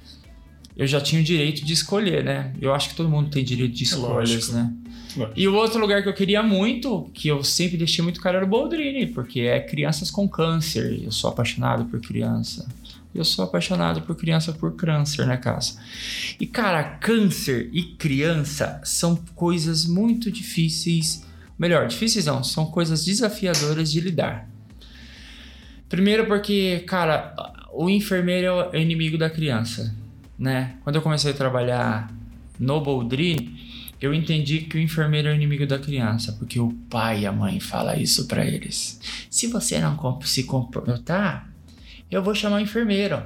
Eu já tinha o direito de escolher, né? Eu acho que todo mundo tem direito de escolhas, Lógico. né? Lógico. E o outro lugar que eu queria muito, que eu sempre deixei muito caro, era o Boldrini, porque é crianças com câncer. Eu sou apaixonado por criança. Eu sou apaixonado por criança por câncer, né, Cássio? E, cara, câncer e criança são coisas muito difíceis. Melhor, difíceis não, são coisas desafiadoras de lidar. Primeiro porque, cara, o enfermeiro é o inimigo da criança. Né? Quando eu comecei a trabalhar no Boldrini, eu entendi que o enfermeiro é o inimigo da criança, porque o pai e a mãe falam isso pra eles. Se você não se comportar, eu vou chamar o enfermeiro.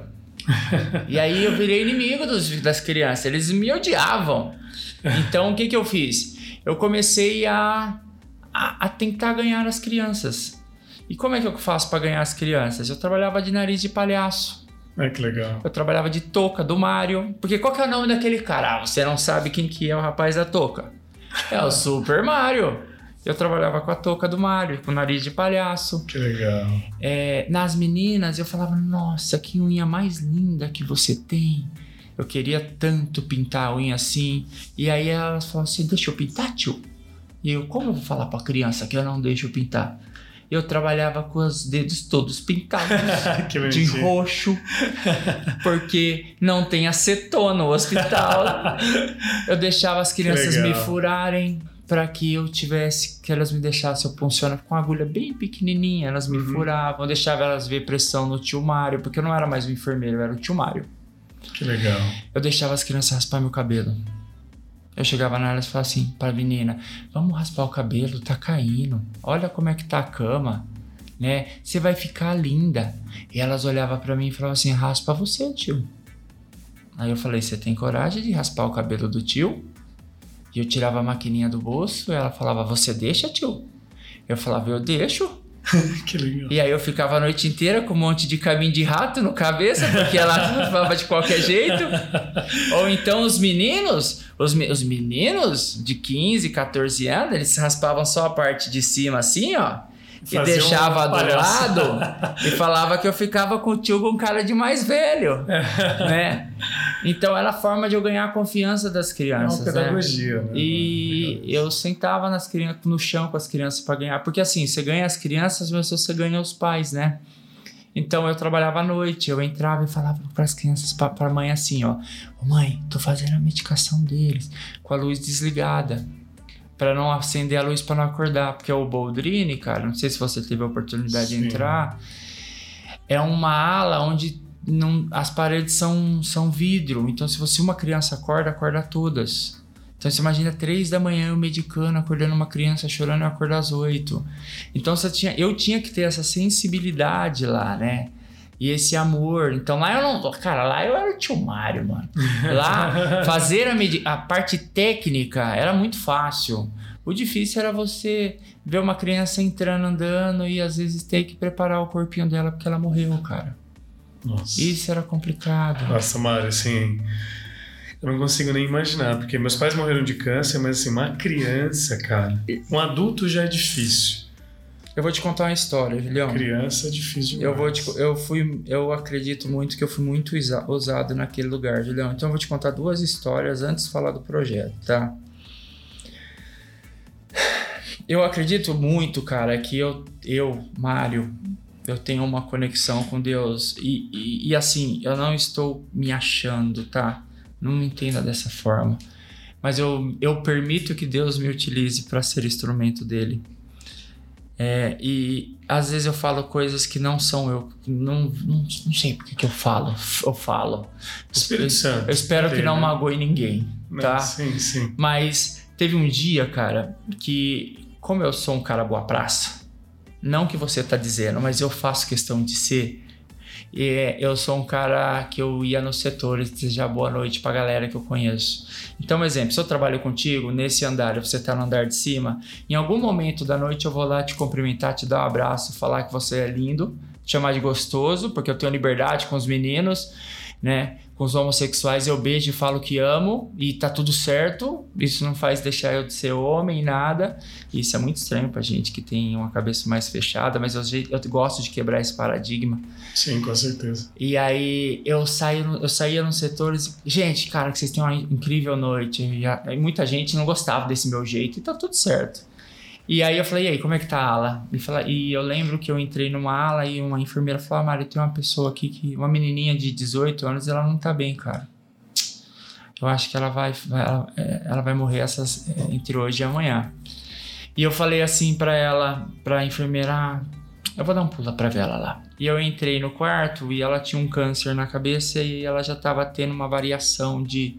E aí eu virei inimigo dos, das crianças, eles me odiavam. Então o que, que eu fiz? Eu comecei a, a, a tentar ganhar as crianças. E como é que eu faço pra ganhar as crianças? Eu trabalhava de nariz de palhaço. É que legal. Eu trabalhava de touca do Mário. Porque qual que é o nome daquele cara? Ah, você não sabe quem que é o rapaz da touca. É o Super Mario. Eu trabalhava com a touca do Mário, com o nariz de palhaço. Que legal. É, nas meninas, eu falava, nossa, que unha mais linda que você tem. Eu queria tanto pintar a unha assim. E aí elas falavam assim, deixa eu pintar, tio? E eu, como eu vou falar pra criança que eu não deixo pintar? Eu trabalhava com os dedos todos pintados de roxo, porque não tem acetona no hospital. Eu deixava as crianças me furarem para que eu tivesse, que elas me deixassem, eu funcionava com uma agulha bem pequenininha, elas me uhum. furavam, eu deixava elas ver pressão no tio Mário, porque eu não era mais o enfermeiro, eu era o tio Mário. Que legal. Eu deixava as crianças raspar meu cabelo. Eu chegava nelas e falava assim pra menina, vamos raspar o cabelo, tá caindo. Olha como é que tá a cama, né? Você vai ficar linda. E elas olhavam pra mim e falavam assim, raspa você, tio. Aí eu falei, você tem coragem de raspar o cabelo do tio? E eu tirava a maquininha do bolso e ela falava, você deixa, tio? Eu falava, eu deixo. Que legal. E aí eu ficava a noite inteira com um monte de caminho de rato no cabeça, porque ela raspava de qualquer jeito. Ou então os meninos, os, os meninos de quinze, catorze anos, eles raspavam só a parte de cima assim, ó. E Fazia deixava um do lado e falava que eu ficava com o tio com cara de mais velho, né? Então era a forma de eu ganhar a confiança das crianças, é uma pedagogia, né? né? E eu sentava nas crianças, no chão com as crianças para ganhar, porque assim, você ganha as crianças, mas você ganha os pais, né? Então eu trabalhava à noite, eu entrava e falava para as crianças, para a mãe assim, ó, mãe, tô fazendo a medicação deles com a luz desligada. Pra não acender a luz pra não acordar. Porque o Boldrini, cara, não sei se você teve a oportunidade Sim. de entrar, é uma ala onde não, as paredes são, são vidro. Então, se você uma criança acorda, acorda todas. Então, você imagina três da manhã eu medicando, acordando uma criança chorando e eu acordar às oito. Então, você tinha, eu tinha que ter essa sensibilidade lá, né? E esse amor. Então lá eu não... Cara, lá eu era o tio Mário, mano. Lá, fazer a, medi- a parte técnica era muito fácil. O difícil era você ver uma criança entrando, andando e às vezes ter que preparar o corpinho dela porque ela morreu, cara. Nossa. Isso era complicado. Nossa, Mário, assim... Eu não consigo nem imaginar, porque meus pais morreram de câncer, mas assim, uma criança, cara... Um adulto já é difícil. Eu vou te contar uma história, Julião. Criança é difícil demais. Eu, vou te, eu, fui, eu acredito muito que eu fui muito ousado naquele lugar, Julião. Então eu vou te contar duas histórias antes de falar do projeto, tá? Eu acredito muito, cara, que eu, eu Mário, eu tenho uma conexão com Deus. E, e, e assim, eu não estou me achando, tá? Não me entenda dessa forma. Mas eu, eu permito que Deus me utilize para ser instrumento dele. É, e às vezes eu falo coisas que não são eu, não, não, não sei porque que eu falo, eu falo. Espírito Santo. Eu espero que não magoe ninguém, tá? Sim, sim. Mas teve um dia, cara, que como eu sou um cara boa praça, não que você tá dizendo, mas eu faço questão de ser. E eu sou um cara que eu ia nos setores desejar boa noite pra galera que eu conheço. Então, um exemplo, se eu trabalho contigo nesse andar, você tá no andar de cima, em algum momento da noite eu vou lá te cumprimentar, te dar um abraço, falar que você é lindo, te chamar de gostoso, porque eu tenho liberdade com os meninos, né? Com os homossexuais eu beijo e falo que amo e tá tudo certo. Isso não faz deixar eu de ser homem, nada. Isso é muito estranho pra gente que tem uma cabeça mais fechada, mas eu, eu gosto de quebrar esse paradigma. Sim, com certeza. E aí eu, saio, eu saía nos setores e, gente, cara, que vocês têm uma incrível noite. E, e muita gente não gostava desse meu jeito e tá tudo certo. E aí eu falei, e aí, como é que tá a ala? E, fala, e eu lembro que eu entrei numa ala e uma enfermeira falou, ah, Mário, tem uma pessoa aqui, que uma menininha de dezoito anos, ela não tá bem, cara. Eu acho que ela vai, vai ela, ela vai morrer essas, entre hoje e amanhã. E eu falei assim pra ela, pra enfermeira, ah, eu vou dar um pulo pra ver ela lá. E eu entrei no quarto e ela tinha um câncer na cabeça e ela já tava tendo uma variação de...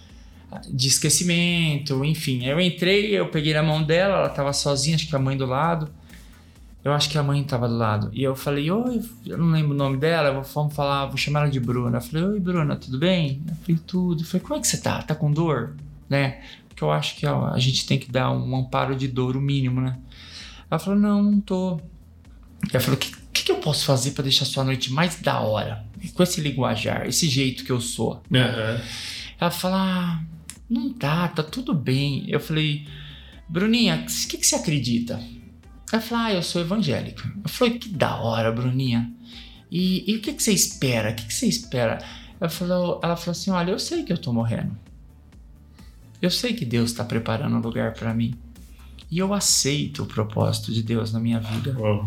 de esquecimento, enfim. Eu entrei, eu peguei na mão dela, ela tava sozinha, acho que a mãe do lado. Eu acho que a mãe tava do lado. E eu falei, oi, eu não lembro o nome dela, vou, vamos falar, vou chamar ela de Bruna. Eu falei, oi, Bruna, tudo bem? Eu falei, tudo. Eu falei, como é que você tá? Tá com dor? Né? Porque eu acho que ó, a gente tem que dar um amparo de dor, o mínimo, né? Ela falou, não, não tô. Eu falei, o que, que, que eu posso fazer pra deixar a sua noite mais da hora? Com esse linguajar, esse jeito que eu sou. Uhum. Ela falou, ah, não tá, tá tudo bem. Eu falei, Bruninha, o que, que você acredita? Ela falou, ah, eu sou evangélica. Eu falei, que da hora, Bruninha. E, e o que, que você espera? O que, que você espera? Ela falou, ela falou assim, olha, eu sei que eu tô morrendo. Eu sei que Deus tá preparando um lugar pra mim. E eu aceito o propósito de Deus na minha vida. Oh.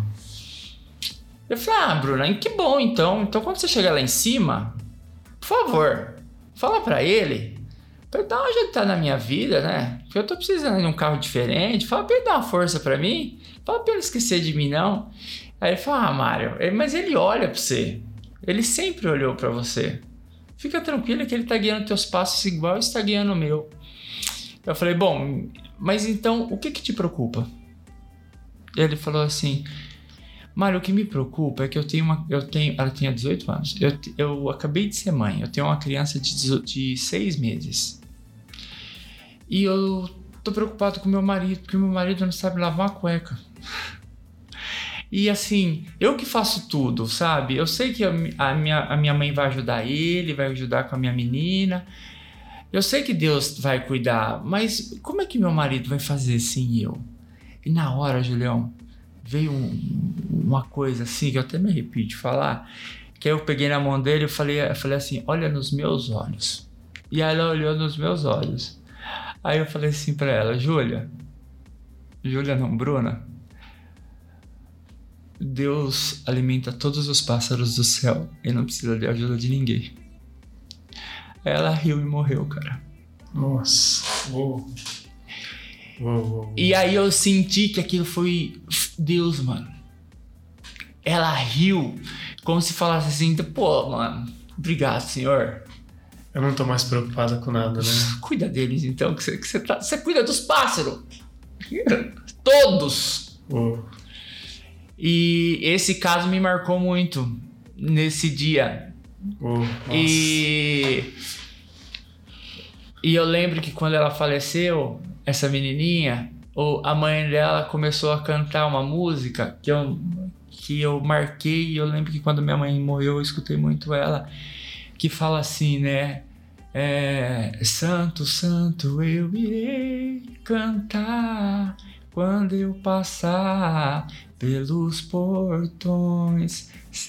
Eu falei, ah, Bruna, que bom então. Então quando você chegar lá em cima, por favor, fala pra ele pra ele dar uma ajeitada na minha vida, né? Porque eu tô precisando de um carro diferente. Fala pra ele dar uma força pra mim. Fala pra ele esquecer de mim, não. Aí ele fala, ah, Mário, mas ele olha pra você. Ele sempre olhou pra você. Fica tranquilo que ele tá guiando teus passos igual está guiando o meu. Eu falei, bom, mas então o que que te preocupa? Ele falou assim, Mário, o que me preocupa é que eu tenho uma... Eu tenho, ela tinha dezoito anos. Eu, eu acabei de ser mãe. Eu tenho uma criança de, de seis meses. E eu tô preocupado com meu marido, porque meu marido não sabe lavar uma cueca. E assim, eu que faço tudo, sabe? Eu sei que a, a, minha, a minha mãe vai ajudar ele, vai ajudar com a minha menina. Eu sei que Deus vai cuidar, mas como é que meu marido vai fazer sem eu? E na hora, Julião, veio um, uma coisa assim, que eu até me arrepio de falar, que eu peguei na mão dele e falei, eu falei assim, olha nos meus olhos. E ela olhou nos meus olhos. Aí eu falei assim pra ela, Júlia, Júlia não, Bruna, Deus alimenta todos os pássaros do céu e não precisa de ajuda de ninguém. Ela riu e morreu, cara. Nossa. Uou. Uou, uou, uou. E aí eu senti que aquilo foi Deus, mano. Ela riu como se falasse assim, pô, mano, obrigado, senhor. Eu não tô mais preocupada com nada, né? Cuida deles, então, que você, que você, tá, você cuida dos pássaros. Todos. Uou. E esse caso me marcou muito nesse dia. Oh, e, e eu lembro que quando ela faleceu, essa menininha, a mãe dela começou a cantar uma música que eu, que eu marquei. E eu lembro que quando minha mãe morreu, eu escutei muito ela, que fala assim, né? É, Santo, santo, eu irei cantar quando eu passar pelos portões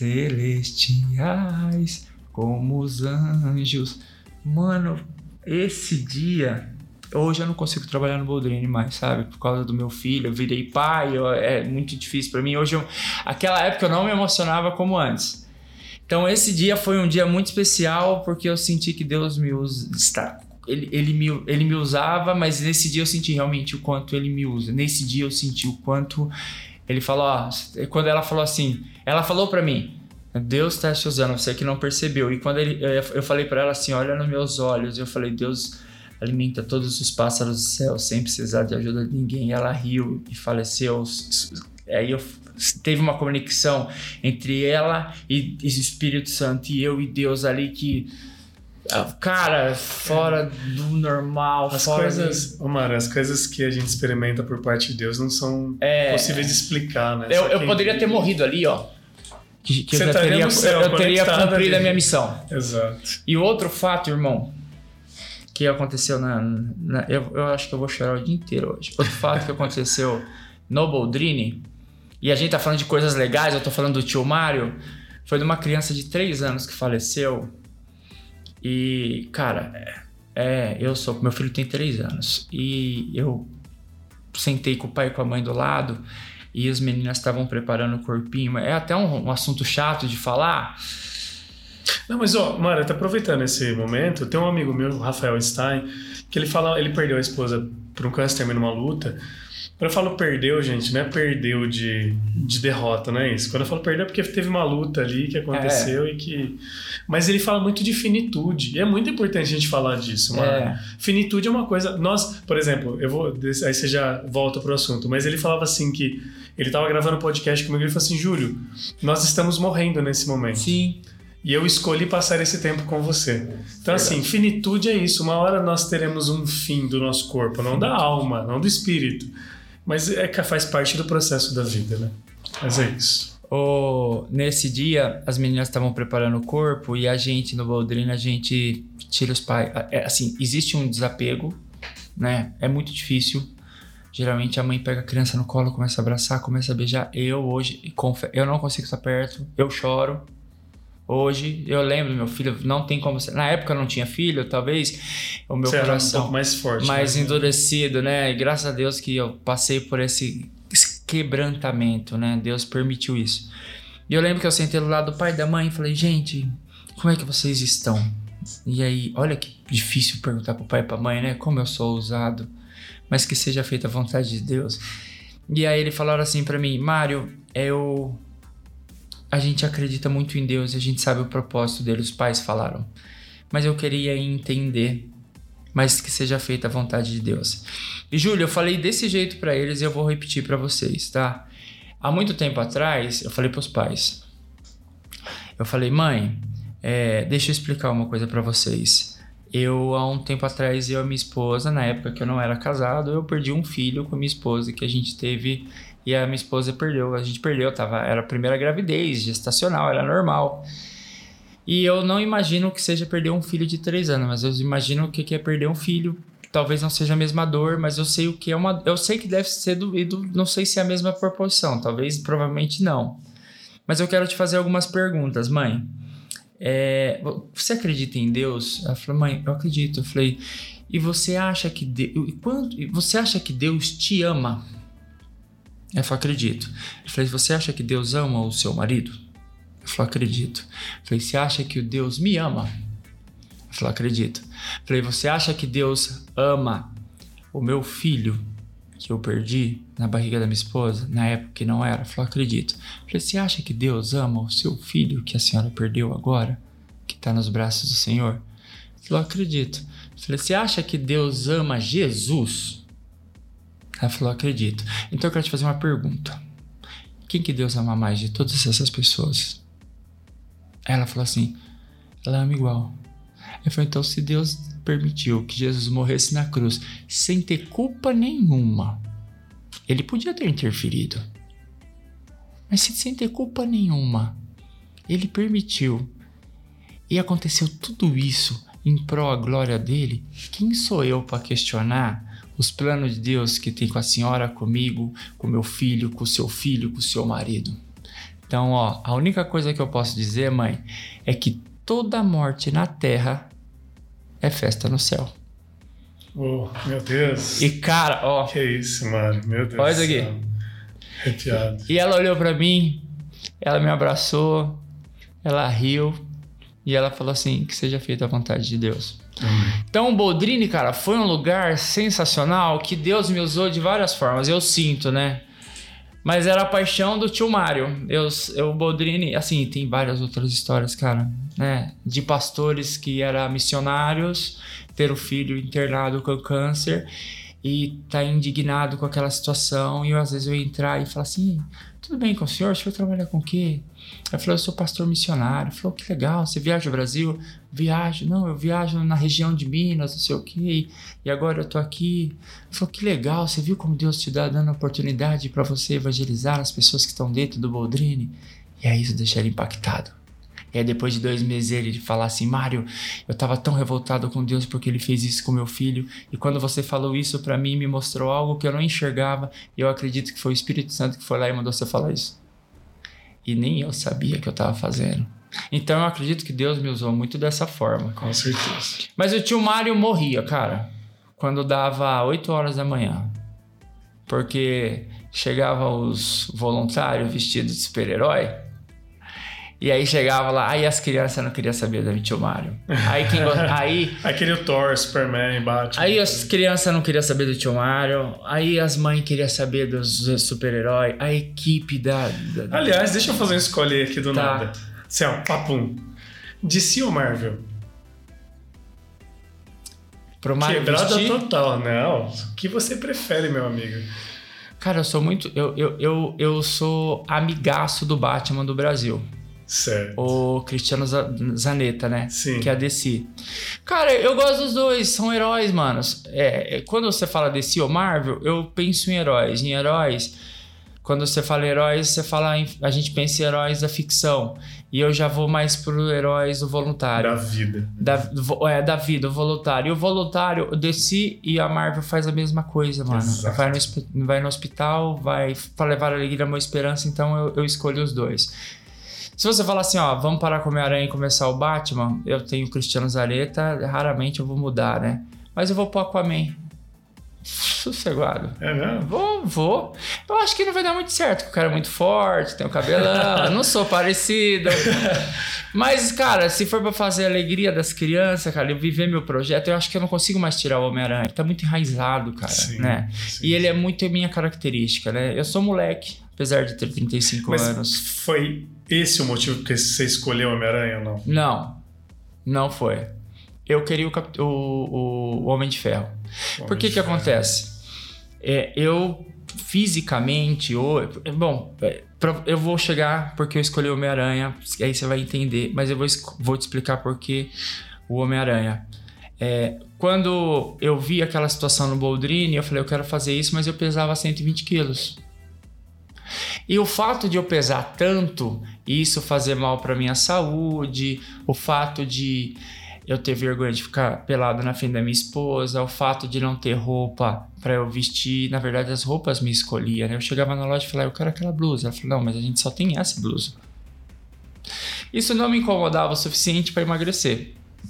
celestiais, como os anjos. Mano, esse dia... Hoje eu não consigo trabalhar no Boldrini mais, sabe? Por causa do meu filho, eu virei pai, eu, é muito difícil pra mim. Hoje, eu, aquela época eu não me emocionava como antes. Então esse dia foi um dia muito especial, porque eu senti que Deus me usa... Ele, ele, me, ele me usava, mas nesse dia eu senti realmente o quanto ele me usa. Nesse dia eu senti o quanto... Ele falou, ó... Quando ela falou assim... Ela falou pra mim... Deus tá te usando, você que não percebeu. E quando ele, eu falei pra ela assim, olha nos meus olhos. Eu falei, Deus... alimenta todos os pássaros do céu sem precisar de ajuda de ninguém. E ela riu e faleceu. Aí eu, teve uma conexão entre ela e, e o Espírito Santo, e eu e Deus ali que... Cara, fora do normal. As fora coisas, de... Omar, as coisas que a gente experimenta por parte de Deus não são é... possíveis de explicar, né? Eu, eu poderia ter morrido ali, ó. Que, que eu já teria, céu, eu teria cumprido ali. A minha missão. Exato. E outro fato, irmão, que aconteceu na... na eu, eu acho que eu vou chorar o dia inteiro hoje. Outro fato que aconteceu no Boldrini, e a gente tá falando de coisas legais, eu tô falando do tio Mário, foi de uma criança de três anos que faleceu. E, cara, é, eu sou... Meu filho tem três anos. E eu sentei com o pai e com a mãe do lado, e as meninas estavam preparando o corpinho. É até um, um assunto chato de falar... Não, mas ó, Mara, tá aproveitando esse momento, tem um amigo meu, o Rafael Stein, que ele fala, ele perdeu a esposa por um câncer, terminou uma luta. Quando eu falo perdeu, gente, não é perdeu de, de derrota, não é isso. Quando eu falo perdeu é porque teve uma luta ali que aconteceu é. e que... Mas ele fala muito de finitude, e é muito importante a gente falar disso, Mara. É. Finitude é uma coisa... Nós, por exemplo, eu vou... Aí você já volta pro assunto, mas ele falava assim que... Ele tava gravando um podcast comigo e ele falou assim, Júlio, nós estamos morrendo nesse momento. Sim. E eu escolhi passar esse tempo com você. Então, assim, finitude é isso. Uma hora nós teremos um fim do nosso corpo, não da alma, não do espírito. Mas é que faz parte do processo da vida, né? Mas é isso. Oh, nesse dia, as meninas estavam preparando o corpo e a gente, no Boldrini, a gente tira os pais. É, assim, existe um desapego, né? É muito difícil. Geralmente a mãe pega a criança no colo, começa a abraçar, começa a beijar. Eu hoje, eu não consigo estar perto, eu choro. Hoje, eu lembro, meu filho não tem como... Na época eu não tinha filho, talvez o meu Você coração... Era um pouco mais forte. Mais né? endurecido, né? E graças a Deus que eu passei por esse, esse quebrantamento, né? Deus permitiu isso. E eu lembro que eu sentei do lado do pai e da mãe e falei, gente, como é que vocês estão? E aí, olha que difícil perguntar pro pai e pra mãe, né? Como eu sou ousado, mas que seja feita a vontade de Deus. E aí eles falaram assim pra mim, Mário, eu... A gente acredita muito em Deus e a gente sabe o propósito dele, os pais falaram. Mas eu queria entender, mas que seja feita a vontade de Deus. E Júlio, eu falei desse jeito pra eles e eu vou repetir pra vocês, tá? Há muito tempo atrás, eu falei pros pais. Eu falei, mãe, é, deixa eu explicar uma coisa pra vocês. Eu, há um tempo atrás, eu e minha esposa, na época que eu não era casado, eu perdi um filho com a minha esposa que a gente teve... E a minha esposa perdeu, a gente perdeu, tava, era a primeira gravidez, gestacional, era normal. E eu não imagino que seja perder um filho de três anos, mas eu imagino o que é perder um filho. Talvez não seja a mesma dor, mas eu sei o que é uma... Eu sei que deve ser doído, não sei se é a mesma proporção, talvez, provavelmente não. Mas eu quero te fazer algumas perguntas, mãe. É, você acredita em Deus? Ela falou, mãe, eu acredito. Eu falei, e você acha que Deus, quando, você acha que Deus te ama? Ela falou, acredito. Eu falei, você acha que Deus ama o seu marido? Ela falou, acredito. Eu falei, você acha que o Deus me ama? Ela falou, acredito. Eu falei, você acha que Deus ama o meu filho que eu perdi na barriga da minha esposa, na época que não era? Ela falou, acredito. Eu falei, você acha que Deus ama o seu filho que a senhora perdeu agora, que está nos braços do Senhor? Ela falou, acredito. Eu falei, você acha que Deus ama Jesus? Ela falou, acredito. Então eu quero te fazer uma pergunta. Quem que Deus ama mais de todas essas pessoas? Ela falou assim, ela ama igual. Eu falei, então se Deus permitiu que Jesus morresse na cruz sem ter culpa nenhuma, ele podia ter interferido. Mas sem ter culpa nenhuma, ele permitiu. E aconteceu tudo isso em prol a glória dele. Quem sou eu para questionar os planos de Deus que tem com a senhora, comigo, com meu filho, com o seu filho, com o seu marido. Então, ó, a única coisa que eu posso dizer, mãe, é que toda morte na terra é festa no céu. Oh, meu Deus. E cara, ó... Que isso, Mário, meu Deus. Olha isso aqui. Arrepiado. E ela olhou pra mim, ela me abraçou, ela riu e ela falou assim, que seja feita a vontade de Deus. Amém. Então o Boldrini, cara, foi um lugar sensacional que Deus me usou de várias formas, eu sinto, né? Mas era a paixão do tio Mário. Eu, eu, o Boldrini, assim, tem várias outras histórias, cara, né? De pastores que eram missionários, ter o filho internado com câncer e tá indignado com aquela situação. E eu, às vezes eu ia entrar e falar assim, tudo bem com o senhor? O senhor trabalha com o quê? Ele falou, eu sou pastor missionário. Ele falou, que legal, você viaja ao Brasil? Viajo, não, eu viajo na região de Minas, não sei o quê, e agora eu tô aqui. Ele falou, que legal, você viu como Deus te dá dando oportunidade para você evangelizar as pessoas que estão dentro do Boldrini? E aí isso deixa ele impactado. E aí depois de dois meses ele falar assim, Mário, eu tava tão revoltado com Deus porque ele fez isso com meu filho, e quando você falou isso para mim, me mostrou algo que eu não enxergava, e eu acredito que foi o Espírito Santo que foi lá e mandou você falar isso. E nem eu sabia que eu tava fazendo. Então eu acredito que Deus me usou muito dessa forma. Com certeza. Mas o tio Mário morria, cara, quando dava oito horas da manhã. Porque chegava os voluntários vestidos de super-herói. E aí chegava lá, aí as crianças não queriam saber do tio Mário. Aí quem aí Aquele Thor, Superman, Batman. Aí as crianças não queriam saber do tio Mário. Aí as mães queriam saber dos super-heróis. A equipe da, da... Aliás, deixa eu fazer uma escolha aqui do Tá. nada. Assim, ó, papum. D C ou Marvel? Pro Mário Quebrada vestir. total, não. O que você prefere, meu amigo? Cara, eu sou muito... Eu, eu, eu, eu sou amigaço do Batman do Brasil. Certo. O Cristiano Zanetta, né? Sim. Que é a D C. Cara, eu gosto dos dois, são heróis, mano. É, é, quando você fala D C ou Marvel, eu penso em heróis. Em heróis, quando você fala heróis, você fala em, a gente pensa em heróis da ficção. E eu já vou mais pro heróis do voluntário. Da vida. Da, do, é, da vida, o voluntário. E o voluntário, o D C e a Marvel faz a mesma coisa, mano. Vai no, vai no hospital, vai pra levar alegria, amor e esperança, então eu, eu escolho os dois. Se você falar assim, ó, vamos parar com o Homem-Aranha e começar o Batman, eu tenho o Cristiano Zanetta, raramente eu vou mudar, né? Mas eu vou pro Aquaman. Sossegado. É mesmo? Vou, vou. Eu acho que não vai dar muito certo, porque o cara é muito forte, tem o cabelão, eu não sou parecido. Mas, cara, se for pra fazer a alegria das crianças, cara, eu viver meu projeto, eu acho que eu não consigo mais tirar o Homem-Aranha. Ele tá muito enraizado, cara, Sim, né? sim. E ele é muito minha característica, né? Eu sou moleque, apesar de ter trinta e cinco Mas anos. foi esse o motivo que você escolheu o Homem-Aranha ou não? Não, não foi. Eu queria o, Cap... o, o, o Homem de Ferro. Homem Por que de que Ferro. acontece? É, eu fisicamente, ou, bom, é, pra- eu vou chegar porque eu escolhi o Homem-Aranha, aí você vai entender, mas eu vou, es- vou te explicar por que o Homem-Aranha. É, quando eu vi aquela situação no Boldrini, eu falei, eu quero fazer isso, mas eu pesava cento e vinte quilos. E o fato de eu pesar tanto, isso fazer mal para minha saúde, o fato de eu ter vergonha de ficar pelado na frente da minha esposa, o fato de não ter roupa para eu vestir, na verdade as roupas me escolhiam, né? Eu chegava na loja e falava, eu quero aquela blusa. Ela falou, não, mas a gente só tem essa blusa. Isso não me incomodava o suficiente para emagrecer.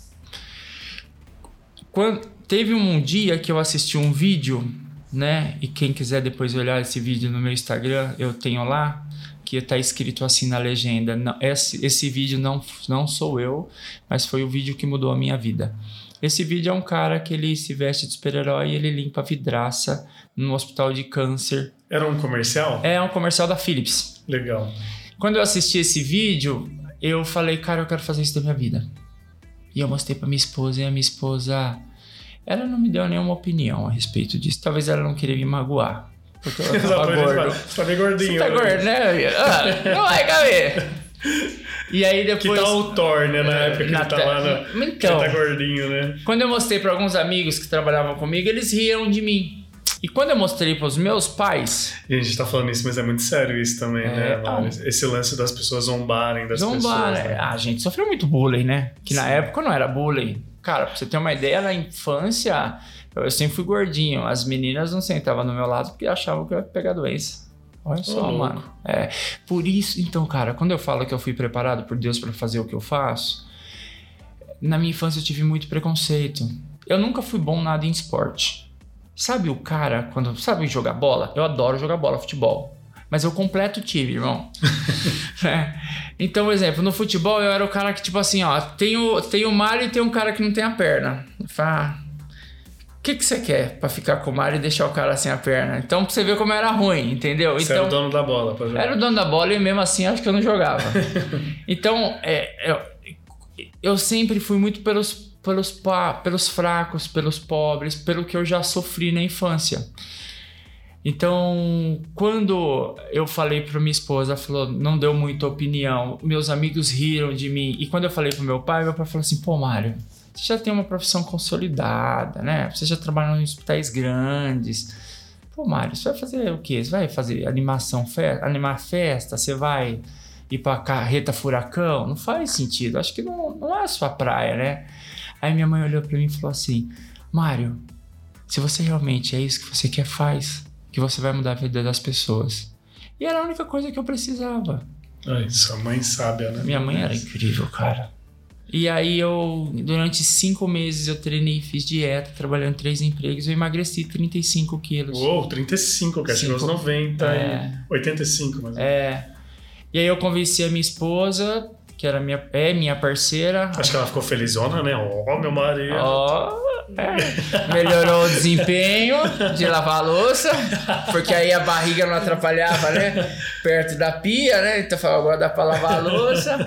Quando, teve um dia que eu assisti um vídeo, né? E quem quiser depois olhar esse vídeo no meu Instagram, eu tenho lá, que tá escrito assim na legenda. Não, esse, esse vídeo não, não sou eu, mas foi o vídeo que mudou a minha vida. Esse vídeo é um cara que ele se veste de super-herói e ele limpa a vidraça no hospital de câncer. Era um comercial? É um comercial da Philips. Legal. Quando eu assisti esse vídeo, eu falei, cara, eu quero fazer isso da minha vida. E eu mostrei pra minha esposa e a minha esposa, ela não me deu nenhuma opinião a respeito disso. Talvez ela não queria me magoar. Porque eu tava gordo. Você tá bem gordinho. Você tá gordo, né? Ah, não vai caber. E aí Que depois... tal o Thor, né? Na época que Na ele tá te- lá no... Então. Ele tá gordinho, né? Quando eu mostrei pra alguns amigos que trabalhavam comigo, eles riam de mim. E quando eu mostrei pros meus pais... E a gente tá falando isso, mas é muito sério isso também, É, né? Mano? não. Esse lance das pessoas zombarem das Zombar, pessoas. né? Né? A gente sofreu muito bullying, né? Que na Sim. época não era bullying. Cara, pra você ter uma ideia, na infância, Eu sempre fui gordinho. As meninas não sentavam no meu lado porque achavam que eu ia pegar doença. Olha só, oh, mano. É, por isso, então, cara, quando eu falo que eu fui preparado por Deus para fazer o que eu faço, na minha infância eu tive muito preconceito. Eu nunca fui bom nada em esporte. Sabe o cara, quando sabe jogar bola? Eu adoro jogar bola, futebol. Mas eu completo o time, irmão. É. Então, por exemplo, no futebol eu era o cara que, tipo assim, ó, tem o, tem o Mário e tem um cara que não tem a perna. Eu falo, ah, o que que você quer pra ficar com o Mário e deixar o cara sem a perna? Então, pra você ver como era ruim, entendeu? Você então, era o dono da bola pra jogar. Era o dono da bola e mesmo assim acho que eu não jogava. Então, é, eu, eu sempre fui muito pelos, pelos, pelos fracos, pelos pobres, pelo que eu já sofri na infância. Então, quando eu falei pra minha esposa, ela falou, não deu muita opinião, meus amigos riram de mim. E quando eu falei pro meu pai, meu pai falou assim, pô, Mário, você já tem uma profissão consolidada, né? Você já trabalha em hospitais grandes. Pô, Mário, você vai fazer o quê? Você vai fazer animação, fe- animar festa? Você vai ir pra carreta furacão? Não faz sentido. Acho que não, não é a sua praia, né? Aí minha mãe olhou pra mim e falou assim, Mário, se você realmente é isso que você quer, faz. Que você vai mudar a vida das pessoas. E era a única coisa que eu precisava. Ai, sua mãe sábia, né? Minha mãe era incrível, cara. E aí eu, durante cinco meses eu treinei, fiz dieta, trabalhando em três empregos, eu emagreci trinta e cinco quilos. Uou, trinta e cinco, cara, chegou aos noventa, é, e oitenta e cinco, mais ou menos. É. E aí eu convenci a minha esposa, que era minha, é minha parceira. Acho que ela ficou felizona, né? Ó, oh, meu marido. Ó, oh, é. Melhorou o desempenho de lavar a louça, porque aí a barriga não atrapalhava, né? Perto da pia, né? Então falou, agora dá pra lavar a louça.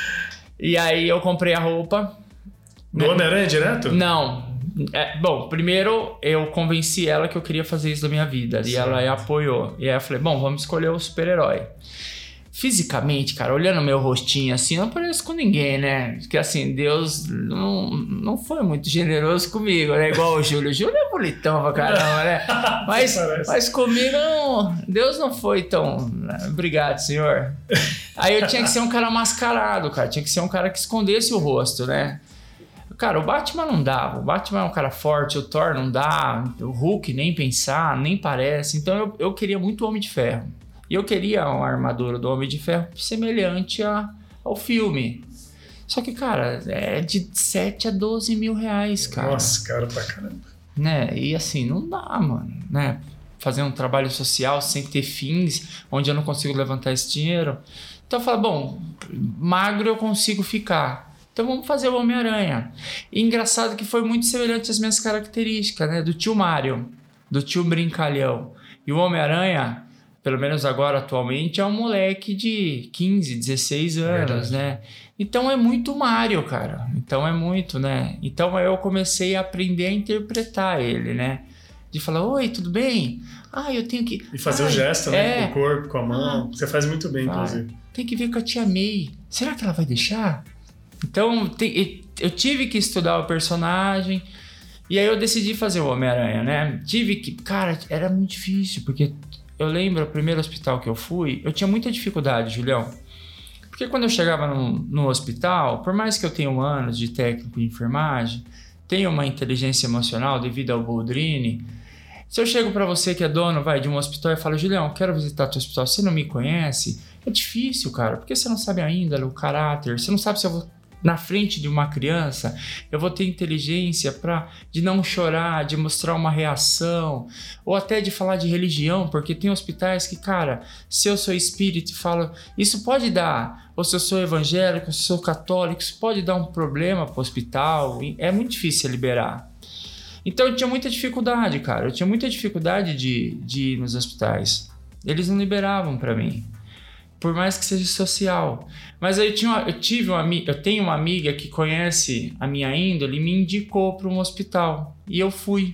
E aí eu comprei a roupa. No né? Homem-Aranha direto? Não. É, bom, primeiro eu convenci ela que eu queria fazer isso da minha vida. E ela aí apoiou. E aí eu falei, bom, vamos escolher o super-herói. Fisicamente, cara, olhando meu rostinho assim, eu não pareço com ninguém, né? Porque assim, Deus não, não foi muito generoso comigo, né? Igual o Júlio. O Júlio é bonitão pra caramba, né? Mas, mas comigo, não, Deus não foi tão... Obrigado, Senhor. Aí eu tinha que ser um cara mascarado, cara. Tinha que ser um cara que escondesse o rosto, né? Cara, o Batman não dava. O Batman é um cara forte, o Thor não dá. O Hulk nem pensar, nem parece. Então eu, eu queria muito o Homem de Ferro. E eu queria uma armadura do Homem de Ferro semelhante a, ao filme. Só que, cara, é de sete a doze mil reais, cara. Nossa, caro pra caramba. Né? E assim, não dá, mano, né? Fazer um trabalho social sem ter fins, onde eu não consigo levantar esse dinheiro. Então eu falo, bom, magro eu consigo ficar. Então vamos fazer o Homem-Aranha. E engraçado que foi muito semelhante às minhas características, né? Do tio Mário, do tio Brincalhão. E o Homem-Aranha, pelo menos agora atualmente, é um moleque de quinze, dezesseis anos, verdade, né? Então é muito Mário, cara. Então é muito, né? Então eu comecei a aprender a interpretar ele, né? De falar, oi, tudo bem? Ah, eu tenho que... E fazer Ai, o gesto, né? é. Com o corpo, com a mão. Ah, você faz muito bem, vai. Inclusive. Tem que ver com a tia May. Será que ela vai deixar? Então tem, eu tive que estudar o personagem. E aí eu decidi fazer o Homem-Aranha, né? Tive que... Cara, era muito difícil, porque... Eu lembro, o primeiro hospital que eu fui, eu tinha muita dificuldade, Julião. Porque quando eu chegava no, no hospital, por mais que eu tenha um ano de técnico em enfermagem, tenha uma inteligência emocional devido ao Boldrini, se eu chego para você que é dono, vai, de um hospital e falo, Julião, quero visitar teu hospital, você não me conhece? É difícil, cara, porque você não sabe ainda o caráter, você não sabe se eu vou... Na frente de uma criança, eu vou ter inteligência pra, de não chorar, de mostrar uma reação, ou até de falar de religião, porque tem hospitais que, cara, se eu sou espírita e falo, isso pode dar, ou se eu sou evangélico, se eu sou católico, isso pode dar um problema pro hospital, é muito difícil liberar. Então eu tinha muita dificuldade, cara, eu tinha muita dificuldade de, de ir nos hospitais. Eles não liberavam pra mim. Por mais que seja social. Mas aí eu, tinha uma, eu, tive uma, eu tenho uma amiga que conhece a minha índole e me indicou para um hospital. E eu fui.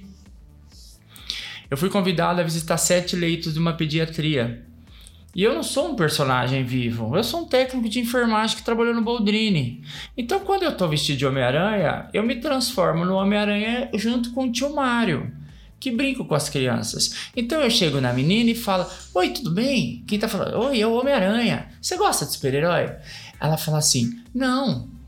Eu fui convidado a visitar sete leitos de uma pediatria. E eu não sou um personagem vivo. Eu sou um técnico de enfermagem que trabalhou no Boldrini. Então, quando eu tô vestido de Homem-Aranha, eu me transformo no Homem-Aranha junto com o tio Mário, que brinco com as crianças. Então eu chego na menina e falo, oi, tudo bem? Quem tá falando? Oi, é o Homem-Aranha. Você gosta de super-herói? Ela fala assim, não,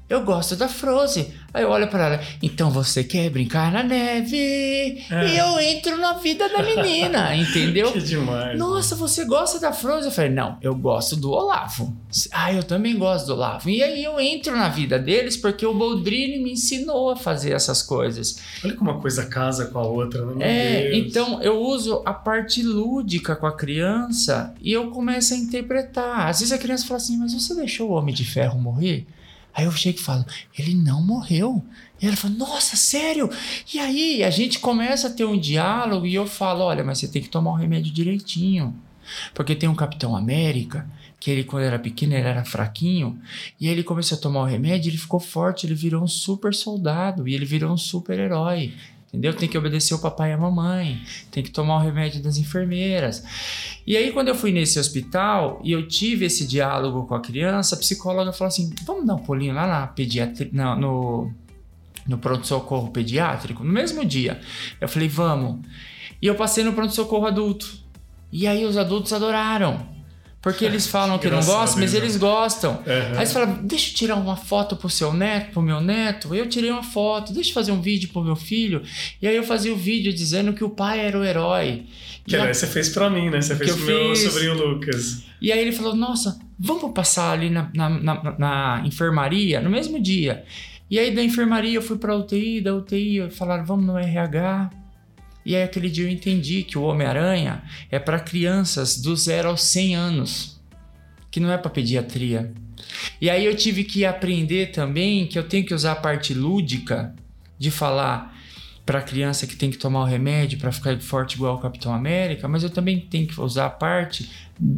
eu gosto da Frozen. Aí eu olho pra ela, então você quer brincar na neve? É. E eu entro na vida da menina, entendeu? Que demais. Nossa, né? você gosta da Frozen? Eu falei, não, eu gosto do Olavo. Ah, eu também gosto do Olavo. E aí eu entro na vida deles porque o Boldrini me ensinou a fazer essas coisas. Olha como uma coisa casa com a outra, né? Meu É, Deus. então eu uso a parte lúdica com a criança e eu começo a interpretar. Às vezes a criança fala assim, mas você deixou o Homem de Ferro morrer? Aí eu chego e falo, ele não morreu. E ela fala, nossa, sério? E aí a gente começa a ter um diálogo e eu falo, olha, mas você tem que tomar o remédio direitinho. Porque tem um Capitão América, que ele quando era pequeno ele era fraquinho, e aí ele começou a tomar o remédio, ele ficou forte, ele virou um super soldado, e ele virou um super herói. Entendeu? Tem que obedecer o papai e a mamãe, tem que tomar o remédio das enfermeiras. E aí quando eu fui nesse hospital e eu tive esse diálogo com a criança, a psicóloga falou assim, vamos dar um pulinho lá na pediatria, na, no, no pronto-socorro pediátrico, no mesmo dia. Eu falei, vamos. E eu passei no pronto-socorro adulto. E aí os adultos adoraram. Porque eles falam que não gostam, mas eles gostam. Uhum. Aí eles falam, deixa eu tirar uma foto pro seu neto, pro meu neto. Eu tirei uma foto, deixa eu fazer um vídeo pro meu filho. E aí eu fazia o vídeo dizendo que o pai era o herói. Que aliás, você fez pra mim, né? Você fez pro meu fiz... sobrinho Lucas. E aí ele falou, nossa, vamos passar ali na, na, na, na enfermaria no mesmo dia. E aí da enfermaria eu fui pra U T I, da U T I falaram, vamos no R H. E aí aquele dia eu entendi que o Homem-Aranha é para crianças do zero aos cem anos, que não é para pediatria. E aí eu tive que aprender também que eu tenho que usar a parte lúdica de falar para a criança que tem que tomar o remédio para ficar forte igual o Capitão América, mas eu também tenho que usar a parte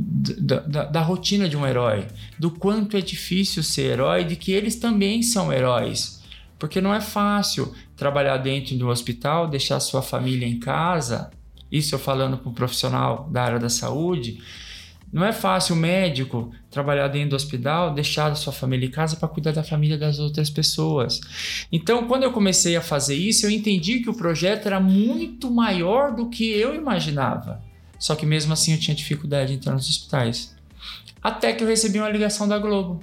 da, da, da rotina de um herói, do quanto é difícil ser herói, de que eles também são heróis. Porque não é fácil trabalhar dentro de um hospital, deixar sua família em casa, isso eu falando para um profissional da área da saúde, não é fácil o médico trabalhar dentro do hospital, deixar a sua família em casa para cuidar da família das outras pessoas. Então, quando eu comecei a fazer isso, eu entendi que o projeto era muito maior do que eu imaginava. Só que mesmo assim eu tinha dificuldade de entrar nos hospitais. Até que eu recebi uma ligação da Globo.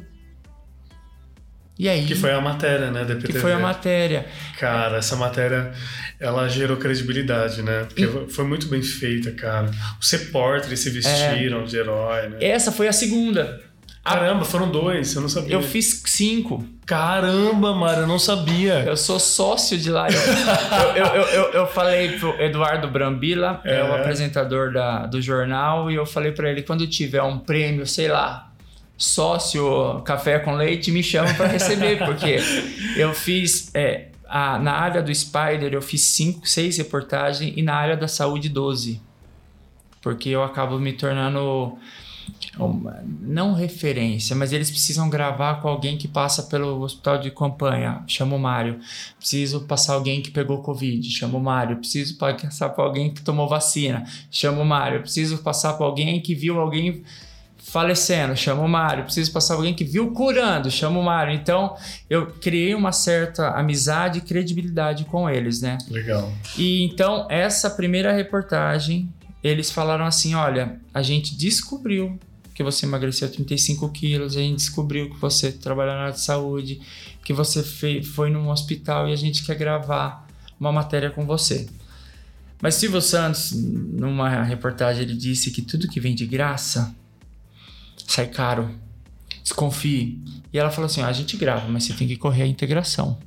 E aí, que foi a matéria, né, da P T V. Que foi a matéria. Cara, essa matéria, ela gerou credibilidade, né? Porque e... foi muito bem feita, cara. Os repórteres se vestiram é... de herói, né? Essa foi a segunda. Caramba, foram dois, eu não sabia. Eu fiz cinco. Caramba, Mário, eu não sabia. Eu sou sócio de lá. Eu, eu, eu, eu, eu falei pro Eduardo Brambila, é, é o apresentador da, do jornal, e eu falei pra ele, quando tiver um prêmio, sei lá, sócio café com leite, me chama para receber, porque eu fiz é, a, na área do Spider eu fiz cinco, seis reportagens e na área da saúde doze, porque eu acabo me tornando uma, não referência, mas eles precisam gravar com alguém que passa pelo hospital de campanha, chama o Mário. Preciso passar alguém que pegou Covid, chama o Mário. Preciso passar para alguém que tomou vacina, chama o Mário. Preciso passar para alguém que viu alguém falecendo, chama o Mário. Preciso passar alguém que viu curando, chama o Mário. Então, eu criei uma certa amizade e credibilidade com eles, né? Legal. E então, essa primeira reportagem, eles falaram assim, olha, a gente descobriu que você emagreceu trinta e cinco quilos, a gente descobriu que você trabalha na área de saúde, que você foi num hospital e a gente quer gravar uma matéria com você. Mas Silvio Santos, numa reportagem, ele disse que tudo que vem de graça sai caro, desconfie. E ela falou assim, ah, a gente grava, mas você tem que correr a integração.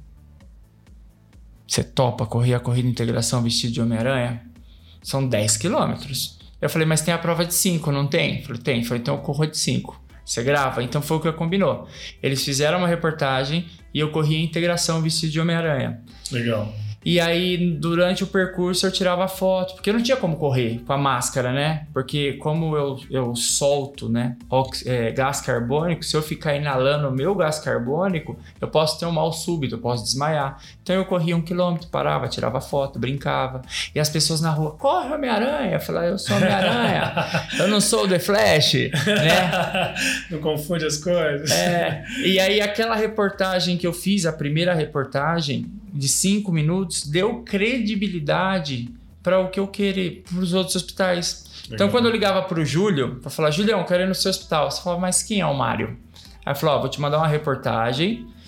Você topa correr a corrida de integração vestido de Homem-Aranha? São dez quilômetros. Eu falei, mas tem a prova de cinco, não tem? Eu falei, tem. Eu falei, então eu corro de cinco. Você grava? Então foi o que combinou. Eles fizeram uma reportagem e eu corri a integração vestido de Homem-Aranha. Legal. E aí, durante o percurso, eu tirava foto, porque eu não tinha como correr com a máscara, né? Porque como eu, eu solto, né, ox, é, gás carbônico, se eu ficar inalando o meu gás carbônico, eu posso ter um mal súbito, eu posso desmaiar. Então eu corria um quilômetro, parava, tirava foto, brincava. E as pessoas na rua, corre, Homem-Aranha! Eu falava, eu sou Homem-Aranha, eu não sou o The Flash, né? Não confunde as coisas. É, e aí aquela reportagem que eu fiz, a primeira reportagem, de cinco minutos, deu credibilidade para o que eu queria para os outros hospitais. Legal. Então, quando eu ligava para o Júlio, para falar, Julião, quero ir no seu hospital, você falava, mas quem é o Mário? Aí eu falava, ó, vou te mandar uma reportagem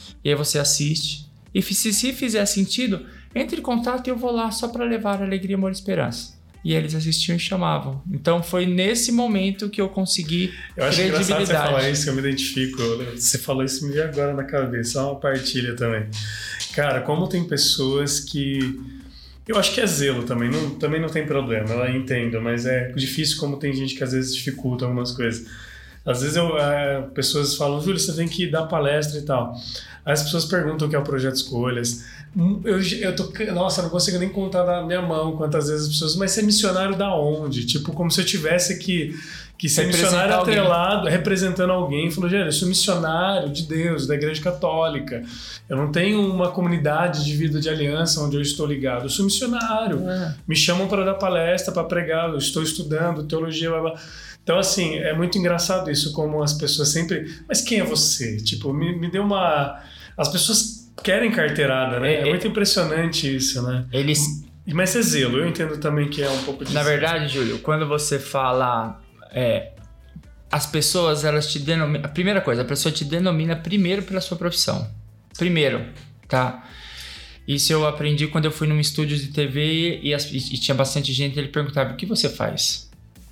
E aí você assiste. E se, se fizer sentido, entre em contato e eu vou lá só para levar alegria, amor e esperança. E eles assistiam e chamavam. Então foi nesse momento que eu consegui eu acho credibilidade. Engraçado você falar isso, que eu me identifico. Você falou isso me veio agora na cabeça, é uma partilha também. Cara, como tem pessoas que... Eu acho que é zelo também, não, também não tem problema, eu entendo, mas é difícil como tem gente que às vezes dificulta algumas coisas. Às vezes eu, é, pessoas falam, Júlio, você tem que dar palestra e tal. Aí as pessoas perguntam o que é o Projeto Escolhas. Eu, eu tô, nossa, eu não consigo nem contar na minha mão quantas vezes as pessoas, mas você é missionário da onde? Tipo, como se eu tivesse que, que ser missionário atrelado, representando alguém. Falou, gente, eu sou missionário de Deus, da Igreja Católica. Eu não tenho uma comunidade de vida de aliança onde eu estou ligado. Eu sou missionário. É. Me chamam para dar palestra, para pregar. Eu estou estudando teologia, blá, blá. Então, assim, é muito engraçado isso, como as pessoas sempre... Mas quem é você? Tipo, me, me deu uma... As pessoas querem carteirada, né? É, é muito impressionante isso, né? Eles... Mas é zelo. Eu entendo também que é um pouco disso. Na verdade, Júlio, quando você fala... É, as pessoas, elas te denominam... A primeira coisa, a pessoa te denomina primeiro pela sua profissão. Primeiro, tá? Isso eu aprendi quando eu fui num estúdio de T V e, as, e tinha bastante gente, ele perguntava, o que você faz?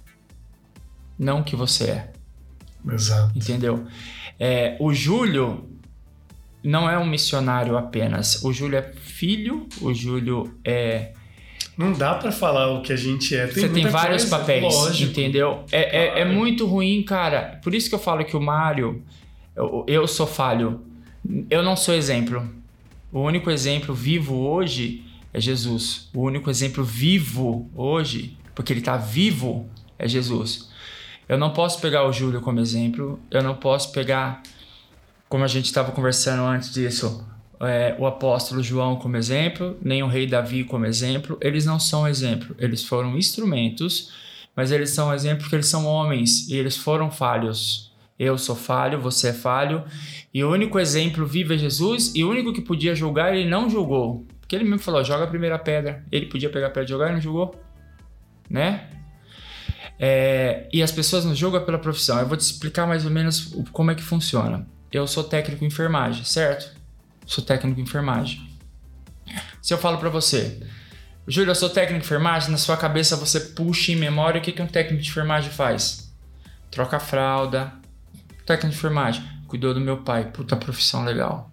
Não o que você é. Exato. Entendeu? É, o Júlio não é um missionário apenas. O Júlio é filho, o Júlio é... Não dá pra falar o que a gente é. Tem Você tem vários coisa, papéis, lógico, entendeu? É, claro. é, é muito ruim, cara. Por isso que eu falo que o Mário... Eu, eu sou falho. Eu não sou exemplo. O único exemplo vivo hoje é Jesus. O único exemplo vivo hoje, porque ele tá vivo, é Jesus. Eu não posso pegar o Júlio como exemplo, eu não posso pegar, como a gente estava conversando antes disso, é, o apóstolo João como exemplo, nem o rei Davi como exemplo. Eles não são exemplo, eles foram instrumentos, mas eles são exemplo porque eles são homens e eles foram falhos. Eu sou falho, você é falho, e o único exemplo vivo é Jesus, e o único que podia julgar, ele não julgou. Porque ele mesmo falou, joga a primeira pedra. Ele podia pegar a pedra e jogar e não julgou, né? É, e as pessoas não julgam pela profissão. Eu vou te explicar mais ou menos como é que funciona. Eu sou técnico em enfermagem, certo? Sou técnico em enfermagem. Se eu falo pra você, Júlio, eu sou técnico em enfermagem, na sua cabeça você puxa em memória o que, que um técnico de enfermagem faz. Troca a fralda. Técnico de enfermagem, cuidou do meu pai. Puta profissão legal.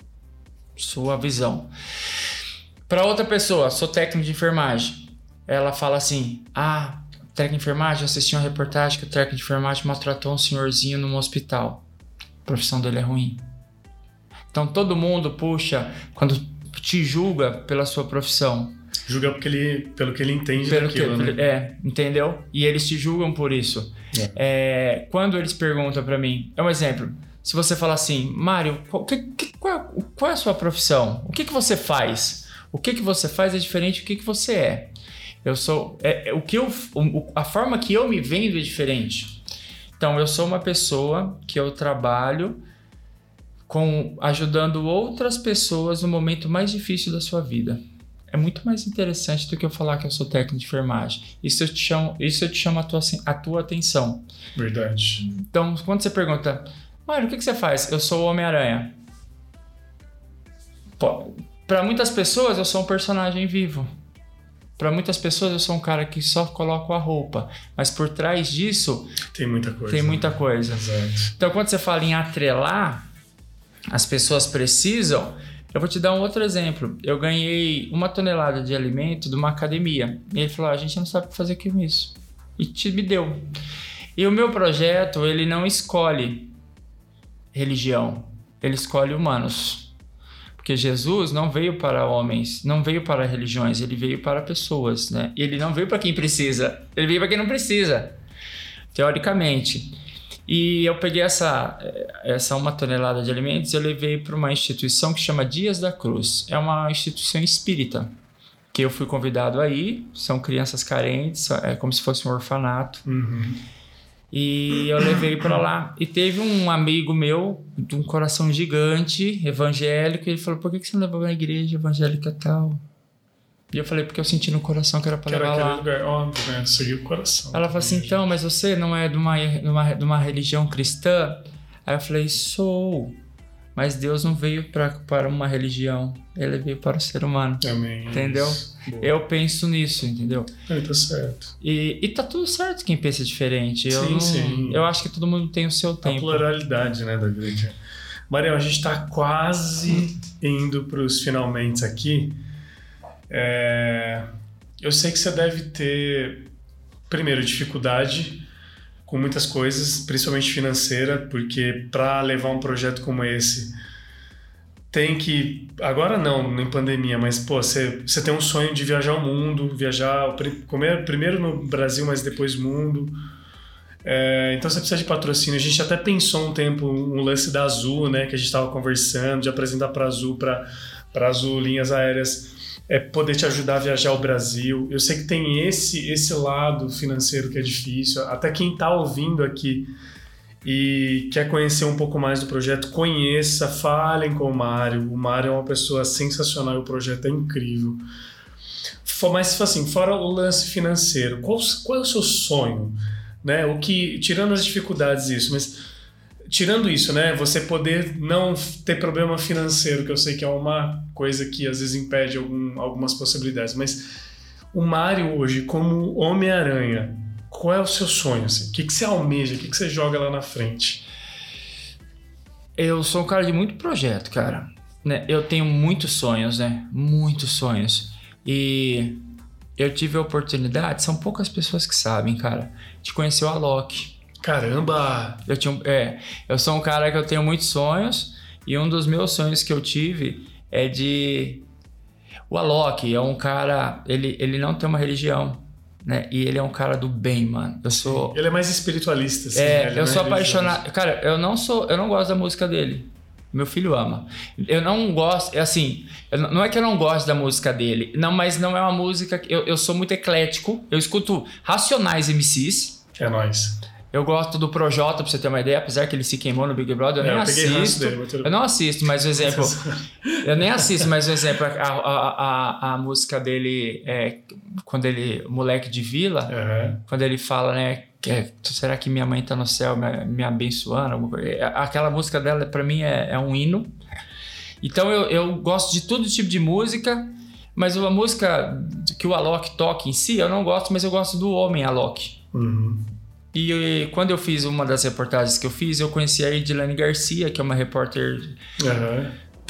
Sua visão. Pra outra pessoa, sou técnico de enfermagem. Ela fala assim, ah... técnico de enfermagem, assisti uma reportagem que o técnico de enfermagem maltratou um senhorzinho num hospital. A profissão dele é ruim. Então todo mundo puxa, quando te julga pela sua profissão. Julga porque ele, pelo que ele entende pelo daquilo, que, né? É, entendeu? E eles te julgam por isso. É. É, quando eles perguntam pra mim, é um exemplo, se você falar assim, Mário, qual, que, qual, qual é a sua profissão? O que, que você faz? O que, que você faz é diferente do que, que você é. Eu sou... É, é, o que eu, o, a forma que eu me vendo é diferente. Então, eu sou uma pessoa que eu trabalho com, ajudando outras pessoas no momento mais difícil da sua vida. É muito mais interessante do que eu falar que eu sou técnico de enfermagem. Isso eu te chamo, isso eu te chamo a, tua, a tua atenção. Verdade. Então, quando você pergunta, Mário, o que, que você faz? Eu sou o Homem-Aranha. Para muitas pessoas, eu sou um personagem vivo. Para muitas pessoas eu sou um cara que só coloco a roupa, mas por trás disso tem muita coisa. Tem muita né? coisa. Exato. Então quando você fala em atrelar, as pessoas precisam. Eu vou te dar um outro exemplo. Eu ganhei uma tonelada de alimento de uma academia. E ele falou, ah, a gente não sabe o que fazer com isso. E te, me deu. E o meu projeto, ele não escolhe religião. Ele escolhe humanos. Porque Jesus não veio para homens, não veio para religiões, ele veio para pessoas, né? E ele não veio para quem precisa, ele veio para quem não precisa, teoricamente. E eu peguei essa, essa uma tonelada de alimentos e eu levei para uma instituição que chama Dias da Cruz. É uma instituição espírita, que eu fui convidado aí, são crianças carentes, é como se fosse um orfanato. Uhum. E eu levei pra lá. E teve um amigo meu, de um coração gigante, evangélico, e ele falou, por que você não levou na igreja evangélica tal? E eu falei, porque eu senti no coração que era pra que levar era lá. lugar, óbvio, né? Seguir o coração. Ela falou assim, então, mas você não é de uma, de uma, de uma religião cristã? Aí eu falei, sou. Mas Deus não veio pra, para uma religião, ele veio para o ser humano. Amém. Entendeu? Boa. Eu penso nisso, entendeu? É, tá certo. E, e tá tudo certo quem pensa diferente. Eu sim, não, sim. Eu acho que todo mundo tem o seu tempo. A pluralidade, né, da igreja. Mariel, a gente tá quase indo pros finalmente aqui. É... Eu sei que você deve ter, primeiro, dificuldade com muitas coisas, principalmente financeira, porque para levar um projeto como esse, tem que... Agora não, em pandemia, mas, pô, você, você tem um sonho de viajar o mundo, viajar primeiro no Brasil, mas depois o mundo. É, então você precisa de patrocínio. A gente até pensou um tempo um lance da Azul, né, que a gente estava conversando, de apresentar para a Azul, para para Azul Linhas Aéreas, é, poder te ajudar a viajar o Brasil. Eu sei que tem esse, esse lado financeiro que é difícil. Até quem está ouvindo aqui e quer conhecer um pouco mais do projeto, conheça, falem com o Mário. O Mário é uma pessoa sensacional e o projeto é incrível. Mas assim, fora o lance financeiro, qual, qual é o seu sonho? Né? O que, tirando as dificuldades isso, mas tirando isso, né, você poder não ter problema financeiro, que eu sei que é uma coisa que às vezes impede algum, algumas possibilidades, mas o Mário hoje, como Homem-Aranha, qual é o seu sonho? Assim? O que, que você almeja? O que, que você joga lá na frente? Eu sou um cara de muito projeto, cara. Né? Eu tenho muitos sonhos, né? Muitos sonhos. E eu tive a oportunidade, são poucas pessoas que sabem, cara, de conhecer o Alok. Caramba! Eu, tinha, é, eu sou um cara que eu tenho muitos sonhos e um dos meus sonhos que eu tive é de... O Alok é um cara... Ele, ele não tem uma religião, né? E ele é um cara do bem, mano. Eu sou... Ele é mais espiritualista, assim. É, né? eu sou apaixonado... Cara, eu não sou... Eu não gosto da música dele. Meu filho ama. Eu não gosto... É assim... Não é que eu não gosto da música dele. Não, mas não é uma música... Que, eu, eu sou muito eclético. Eu escuto Racionais M Cs. É nóis. Eu gosto do Projota, pra você ter uma ideia, apesar que ele se queimou no Big Brother, eu é, nem eu assisto. Dele, eu, eu não assisto, mas o exemplo... eu nem assisto, mas o exemplo, a, a, a, a música dele, é, quando ele... Moleque de Vila, uhum. Quando ele fala, né, que, será que minha mãe tá no céu me, me abençoando? Aquela música dela, pra mim, é, é um hino. Então, eu, eu gosto de todo tipo de música, mas a música que o Alok toca em si, eu não gosto, mas eu gosto do homem Alok. Uhum. E, e quando eu fiz uma das reportagens que eu fiz, eu conheci a Edilane Garcia, que é uma repórter uhum.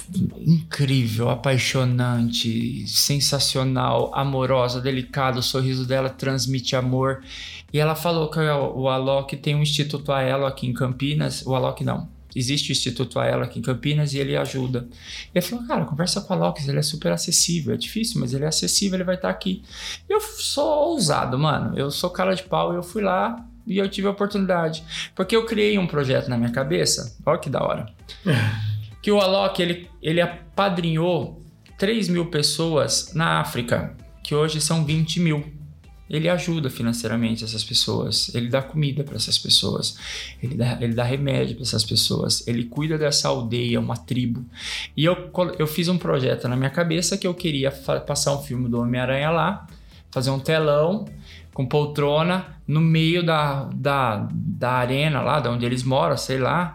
incrível, apaixonante, sensacional, amorosa, delicada. O sorriso dela transmite amor. E ela falou que o Alok tem um Instituto Aelo aqui em Campinas. O Alok não. Existe o Instituto Aelo aqui em Campinas e ele ajuda. E ele falou, cara, conversa com o Alok, ele é super acessível. É difícil, mas ele é acessível, ele vai estar aqui. Eu sou ousado, mano. Eu sou cara de pau e eu fui lá. E eu tive a oportunidade. Porque eu criei um projeto na minha cabeça. Olha que da hora. Que o Alok, ele, ele apadrinhou três mil pessoas na África. Que hoje são vinte mil. Ele ajuda financeiramente essas pessoas. Ele dá comida para essas pessoas. Ele dá, ele dá remédio para essas pessoas. Ele cuida dessa aldeia, uma tribo. E eu, eu fiz um projeto na minha cabeça que eu queria fa- passar um filme do Homem-Aranha lá. Fazer um telão com poltrona no meio da, da, da arena lá, de onde eles moram, sei lá,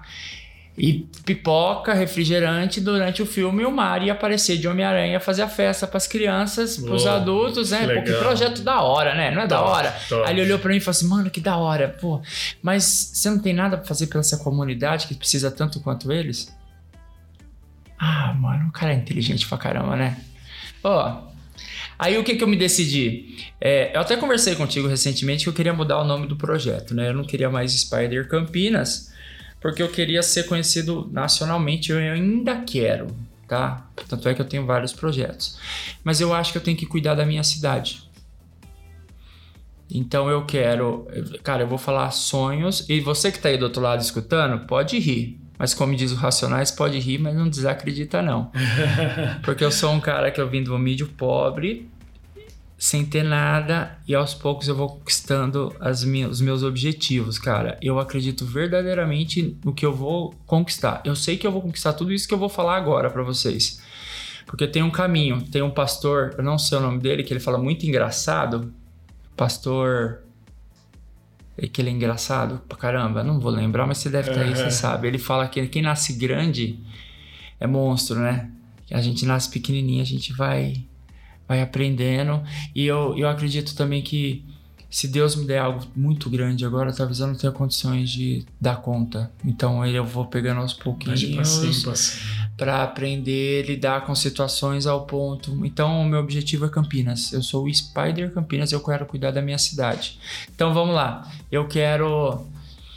e pipoca, refrigerante durante o filme, e o Mário ia aparecer de Homem-Aranha, fazer a festa pras crianças, pros oh, adultos, né? Pô, que projeto da hora, né? Não é top, da hora? Top. Aí ele olhou pra mim e falou assim, mano, que da hora, pô, mas você não tem nada pra fazer pela essa comunidade que precisa tanto quanto eles? Ah, mano, o cara é inteligente pra caramba, né? Ó... Aí o que que eu me decidi? É, eu até conversei contigo recentemente que eu queria mudar o nome do projeto, né? Eu não queria mais Spider Campinas, porque eu queria ser conhecido nacionalmente. Eu ainda quero, tá? Tanto é que eu tenho vários projetos. Mas eu acho que eu tenho que cuidar da minha cidade. Então eu quero... Cara, eu vou falar sonhos. E você que tá aí do outro lado escutando, pode rir. Mas como diz o Racionais, pode rir, mas não desacredita não. Porque eu sou um cara que eu vim do humilde pobre, sem ter nada, e aos poucos eu vou conquistando as minhas, os meus objetivos, cara. Eu acredito verdadeiramente no que eu vou conquistar. Eu sei que eu vou conquistar tudo isso que eu vou falar agora pra vocês. Porque tem um caminho, tem um pastor, eu não sei o nome dele, que ele fala muito engraçado. Pastor... que ele é engraçado pra caramba, não vou lembrar, mas você deve estar aí, você sabe. Ele fala que quem nasce grande é monstro, né? A gente nasce pequenininho, a gente vai, vai aprendendo. E eu, eu acredito também que se Deus me der algo muito grande agora, talvez eu não tenha condições de dar conta. Então eu vou pegando aos pouquinhos para aprender a lidar com situações ao ponto. Então o meu objetivo é Campinas. Eu sou o Spider Campinas, eu quero cuidar da minha cidade. Então vamos lá. Eu quero...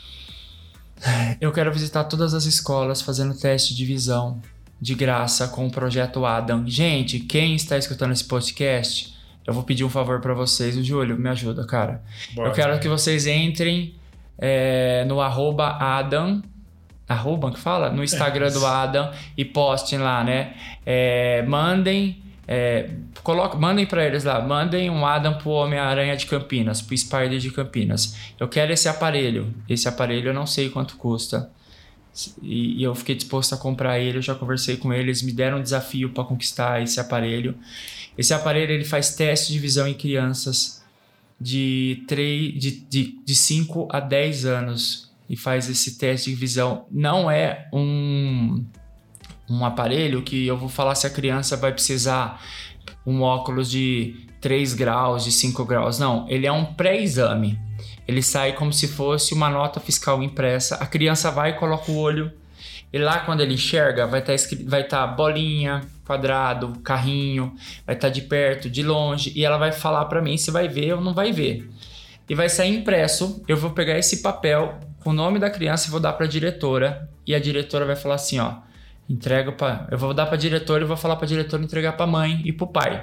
Eu quero visitar todas as escolas fazendo teste de visão de graça com o Projeto Adam. Gente, quem está escutando esse podcast... Eu vou pedir um favor para vocês. O Júlio, me ajuda, cara. Bora. Eu quero que vocês entrem é, no arroba Adam, arroba que fala? No Instagram é do Adam e postem lá, né? É, mandem, é, coloca, mandem para eles lá, mandem um Adam pro Homem-Aranha de Campinas, pro Spider de Campinas. Eu quero esse aparelho. Esse aparelho eu não sei quanto custa. E, e eu fiquei disposto a comprar ele, eu já conversei com eles, me deram um desafio para conquistar esse aparelho. Esse aparelho ele faz teste de visão em crianças de, três, de, de, de cinco a dez anos e faz esse teste de visão. Não é um, um aparelho que eu vou falar se a criança vai precisar um óculos de três graus, de cinco graus. Não, ele é um pré-exame. Ele sai como se fosse uma nota fiscal impressa. A criança vai e coloca o olho. E lá quando ele enxerga, vai estar escrito, vai estar bolinha, quadrado, carrinho, vai estar de perto, de longe. E ela vai falar para mim se vai ver ou não vai ver. E vai sair impresso. Eu vou pegar esse papel com o nome da criança e vou dar para a diretora. E a diretora vai falar assim, ó. Entrega para... Eu vou dar para a diretora e vou falar para a diretora entregar para a mãe e para o pai.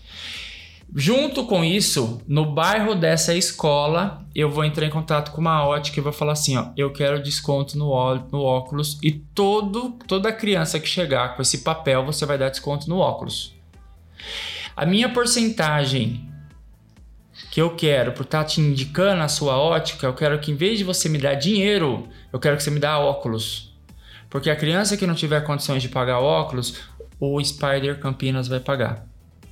Junto com isso, no bairro dessa escola, eu vou entrar em contato com uma ótica e vou falar assim, ó, eu quero desconto no, ó, no óculos e todo, toda criança que chegar com esse papel, você vai dar desconto no óculos. A minha porcentagem que eu quero por estar te indicando a sua ótica, eu quero que em vez de você me dar dinheiro, eu quero que você me dê óculos. Porque a criança que não tiver condições de pagar óculos, o Spider Campinas vai pagar.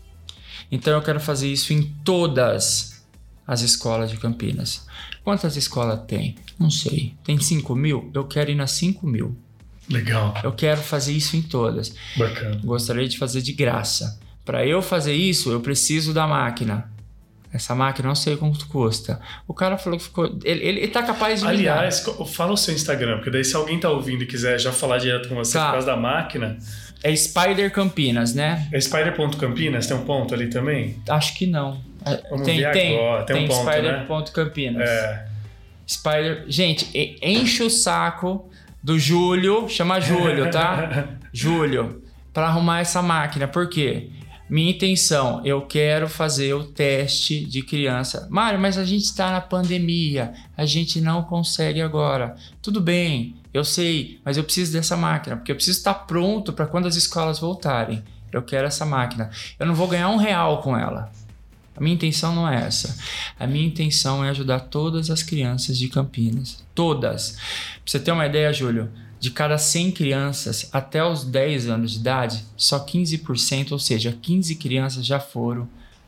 Então eu quero fazer isso em todas as escolas de Campinas. Quantas escolas tem? Não sei. Tem cinco mil? Eu quero ir nas cinco mil. Legal. Eu quero fazer isso em todas. Bacana. Gostaria de fazer de graça. Para eu fazer isso, eu preciso da máquina. Essa máquina não sei quanto custa. O cara falou que ficou... Ele, ele, ele tá capaz de me dar. Aliás, fala o seu Instagram, porque daí se alguém tá ouvindo e quiser já falar direto com você tá. Por causa da máquina... É Spider Campinas, né? É Spider.Campinas? Tem um ponto ali também? Acho que não. Vamos tem, ver tem, agora. Tem, tem um ponto, Spider.Campinas. Né? É. Spider... Gente, enche o saco do Júlio. Chama Júlio, tá? Júlio. Para arrumar essa máquina. Por quê? Minha intenção, eu quero fazer o teste de criança. Mário, mas a gente está na pandemia, a gente não consegue agora. Tudo bem, eu sei, mas eu preciso dessa máquina, porque eu preciso estar pronto para quando as escolas voltarem. Eu quero essa máquina. Eu não vou ganhar um real com ela. A minha intenção não é essa. A minha intenção é ajudar todas as crianças de Campinas. Todas. Pra você ter uma ideia, Júlio, de cada cem crianças até os dez anos de idade, só quinze por cento, ou seja, quinze crianças já foram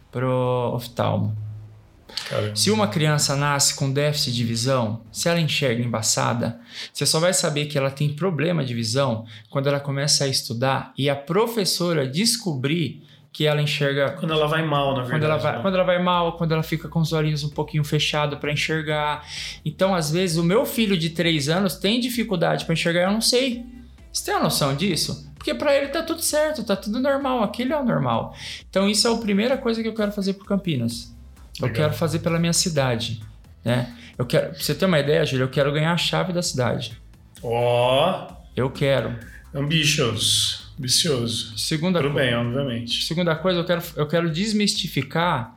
pro oftalmo. Caramba. Se uma criança nasce com déficit de visão, se ela enxerga embaçada, você só vai saber que ela tem problema de visão quando ela começa a estudar e a professora descobrir que ela enxerga... Quando ela vai mal, na verdade. Quando ela vai, né? quando ela vai mal, quando ela fica com os olhinhos um pouquinho fechados para enxergar. Então, às vezes, o meu filho de três anos tem dificuldade para enxergar, eu não sei. Você tem uma noção disso? Porque para ele tá tudo certo, tá tudo normal, aquilo é o normal. Então, isso é a primeira coisa que eu quero fazer por Campinas. Eu Legal. quero fazer pela minha cidade, né? Eu quero, pra você ter uma ideia, Júlio, eu quero ganhar a chave da cidade. Ó! Oh. Eu quero. Ambitious. Ambicioso. Segunda Tudo coisa, bem, obviamente. Segunda coisa, eu quero, eu quero desmistificar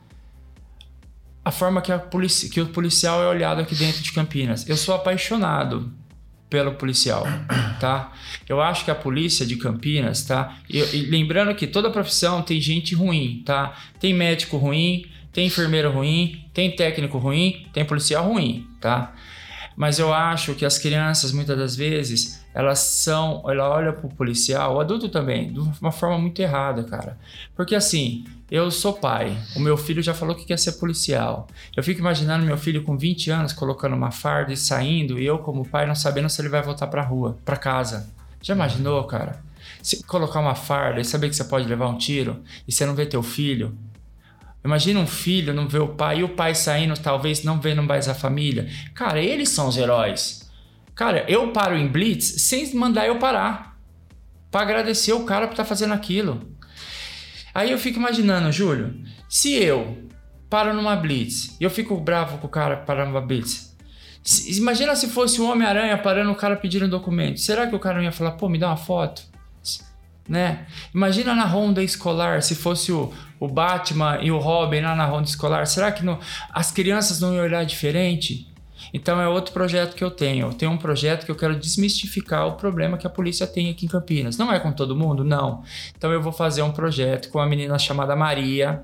a forma que, a polici, que o policial é olhado aqui dentro de Campinas. Eu sou apaixonado pelo policial, tá? Eu acho que a polícia de Campinas, tá? E, e lembrando que toda profissão tem gente ruim, tá? Tem médico ruim, tem enfermeiro ruim, tem técnico ruim, tem policial ruim, tá? Mas eu acho que as crianças, muitas das vezes, elas são... Ela olha pro policial, o adulto também, de uma forma muito errada, cara. Porque assim, eu sou pai, o meu filho já falou que quer ser policial. Eu fico imaginando meu filho com vinte anos colocando uma farda e saindo, e eu como pai não sabendo se ele vai voltar pra rua, pra casa. Já imaginou, cara? Se colocar uma farda e saber que você pode levar um tiro e você não vê teu filho. Imagina um filho não ver o pai e o pai saindo, talvez não vendo mais a família. Cara, eles são os heróis. Cara, eu paro em blitz sem mandar eu parar. Pra agradecer o cara por estar fazendo aquilo. Aí eu fico imaginando, Júlio, se eu paro numa blitz e eu fico bravo com o cara que para numa blitz. Se, imagina se fosse um Homem-Aranha parando o cara pedindo um documento. Será que o cara não ia falar, pô, me dá uma foto? Né? Imagina na ronda escolar, se fosse o, o Batman e o Robin lá na ronda escolar, será que não, as crianças não iam olhar diferente? Então é outro projeto que eu tenho. Eu tenho um projeto que eu quero desmistificar o problema que a polícia tem aqui em Campinas. Não é com todo mundo? Não. Então eu vou fazer um projeto com uma menina chamada Maria.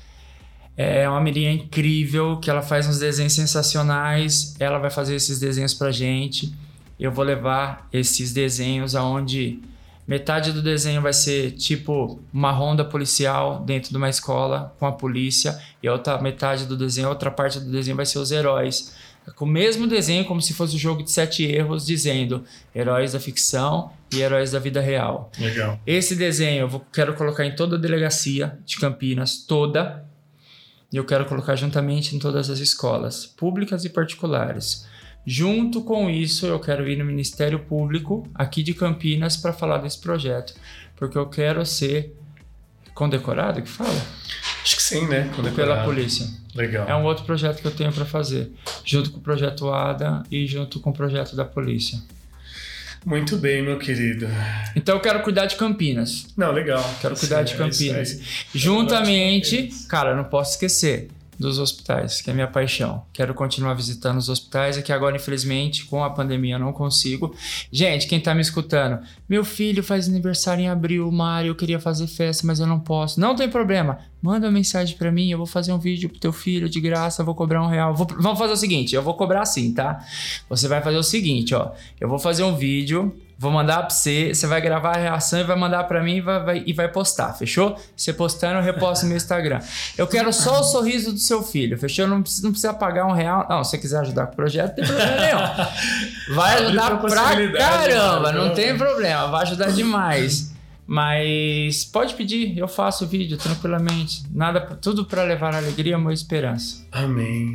É uma menina incrível, que ela faz uns desenhos sensacionais. Ela vai fazer esses desenhos pra gente. Eu vou levar esses desenhos aonde metade do desenho vai ser tipo uma ronda policial dentro de uma escola com a polícia, e a outra metade do desenho, a outra parte do desenho vai ser os heróis. Com o mesmo desenho, como se fosse o jogo de sete erros, dizendo heróis da ficção e heróis da vida real. Legal. Esse desenho eu vou, quero colocar em toda a delegacia de Campinas, toda, e eu quero colocar juntamente em todas as escolas, públicas e particulares. Junto com isso, eu quero ir no Ministério Público aqui de Campinas para falar desse projeto, porque eu quero ser condecorado, que fala? Acho que sim, né? Condecorado. Pela polícia. Legal. É um outro projeto que eu tenho para fazer, junto com o projeto A D A e junto com o projeto da polícia. Muito bem, meu querido. Então eu quero cuidar de Campinas. Não, legal. Quero cuidar sim, de Campinas. É Juntamente, cara, eu não posso esquecer dos hospitais, que é a minha paixão. Quero continuar visitando os hospitais, é que agora, infelizmente, com a pandemia eu não consigo. Gente, quem tá me escutando, meu filho faz aniversário em abril, Mário, eu queria fazer festa, mas eu não posso. Não tem problema, manda uma mensagem pra mim, eu vou fazer um vídeo pro teu filho de graça, vou cobrar um real. Vou, vamos fazer o seguinte, eu vou cobrar assim, tá? Você vai fazer o seguinte, ó, eu vou fazer um vídeo, vou mandar pra você, você vai gravar a reação e vai mandar pra mim e vai, vai, e vai postar, fechou? Você postando, eu reposto no meu Instagram. Eu quero só o sorriso do seu filho, fechou? Não precisa, não precisa pagar um real. Não, se você quiser ajudar com o projeto, não tem problema nenhum. Vai ajudar pra caramba, não tem problema, vai ajudar demais. Mas pode pedir, eu faço o vídeo tranquilamente. Nada, tudo pra levar alegria, amor e esperança. Amém.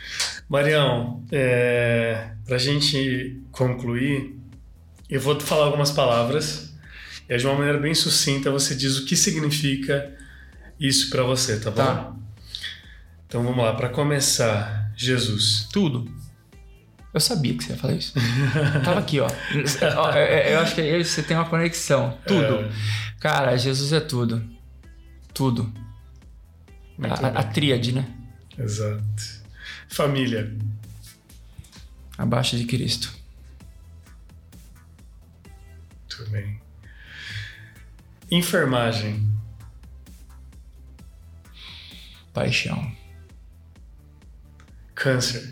Marião, é, pra gente concluir, eu vou falar algumas palavras e de uma maneira bem sucinta você diz o que significa isso para você, tá bom? Tá. Então vamos lá, para começar, Jesus. Tudo. Eu sabia que você ia falar isso. Tava aqui, ó. Eu acho que você tem uma conexão. Tudo. É. Cara, Jesus é tudo. Tudo. A, a tríade, né? Exato. Família. Abaixo de Cristo. Muito bem. Enfermagem. Paixão. Câncer.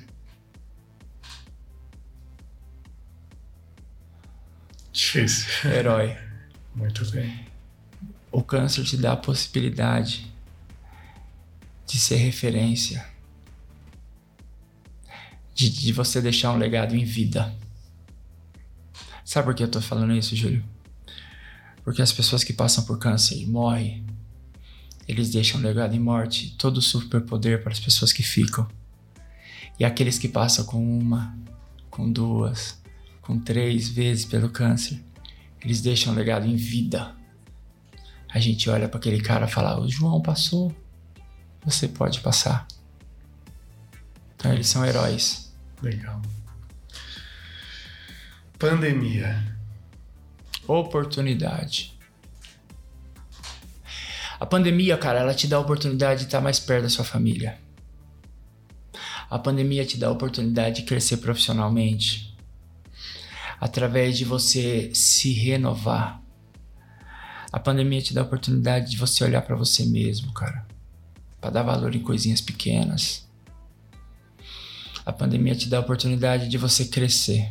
Difícil. Herói. Muito bem. O câncer te dá a possibilidade de ser referência. De, de você deixar um legado em vida. Sabe por que eu tô falando isso, Júlio? Porque as pessoas que passam por câncer e morrem, eles deixam um legado em morte, todo o superpoder para as pessoas que ficam. E aqueles que passam com uma, com duas, com três vezes pelo câncer, eles deixam um legado em vida. A gente olha para aquele cara e fala, o João passou, você pode passar. Então eles são heróis. Legal. Pandemia. Oportunidade. A pandemia, cara, ela te dá a oportunidade de estar mais perto da sua família. A pandemia te dá a oportunidade de crescer profissionalmente. Através de você se renovar. A pandemia te dá a oportunidade de você olhar para você mesmo, cara. Para dar valor em coisinhas pequenas. A pandemia te dá a oportunidade de você crescer.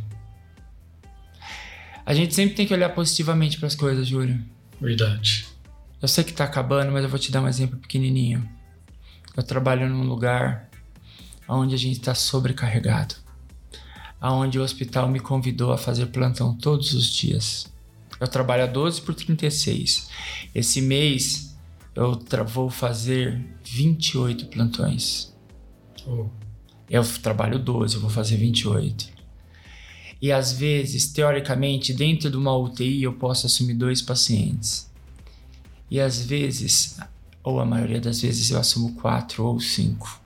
A gente sempre tem que olhar positivamente para as coisas, Júlio. Verdade. Eu sei que tá acabando, mas eu vou te dar um exemplo pequenininho. Eu trabalho num lugar onde a gente tá sobrecarregado. Onde o hospital me convidou a fazer plantão todos os dias. Eu trabalho a doze por trinta e seis. Esse mês eu tra- vou fazer vinte e oito plantões. Oh. Eu trabalho doze, eu vou fazer vinte e oito. E às vezes, teoricamente, dentro de uma U T I eu posso assumir dois pacientes. E às vezes, ou a maioria das vezes, eu assumo quatro ou cinco.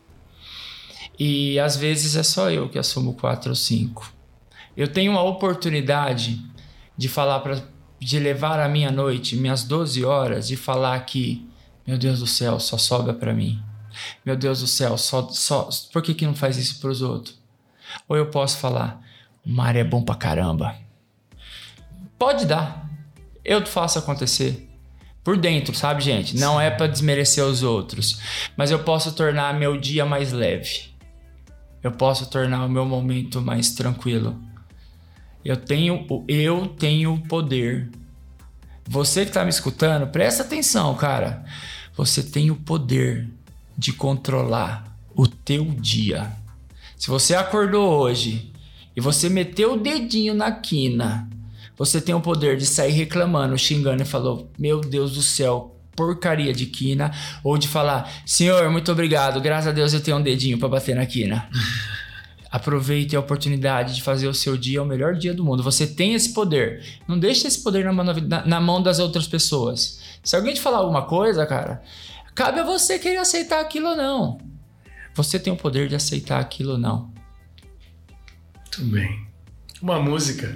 E às vezes é só eu que assumo quatro ou cinco. Eu tenho a oportunidade de falar pra, de levar a minha noite, minhas doze horas, e falar que, meu Deus do céu, só sobra pra mim. Meu Deus do céu, só, só, por que que não faz isso pros outros? Ou eu posso falar, o Mário é bom pra caramba. Pode dar. Eu faço acontecer. Por dentro, sabe, gente? Não é pra desmerecer os outros. Mas eu posso tornar meu dia mais leve. Eu posso tornar o meu momento mais tranquilo. Eu tenho, eu tenho o poder. Você que tá me escutando, presta atenção, cara. Você tem o poder de controlar o teu dia. Se você acordou hoje e você meteu o dedinho na quina, você tem o poder de sair reclamando, xingando e falou, meu Deus do céu, porcaria de quina, ou de falar, senhor, muito obrigado, graças a Deus eu tenho um dedinho para bater na quina. Aproveite a oportunidade de fazer o seu dia o melhor dia do mundo. Você tem esse poder. Não deixe esse poder na mão, na, na mão das outras pessoas. Se alguém te falar alguma coisa, cara, cabe a você querer aceitar aquilo ou não. Você tem o poder de aceitar aquilo ou não. Muito bem. Uma música.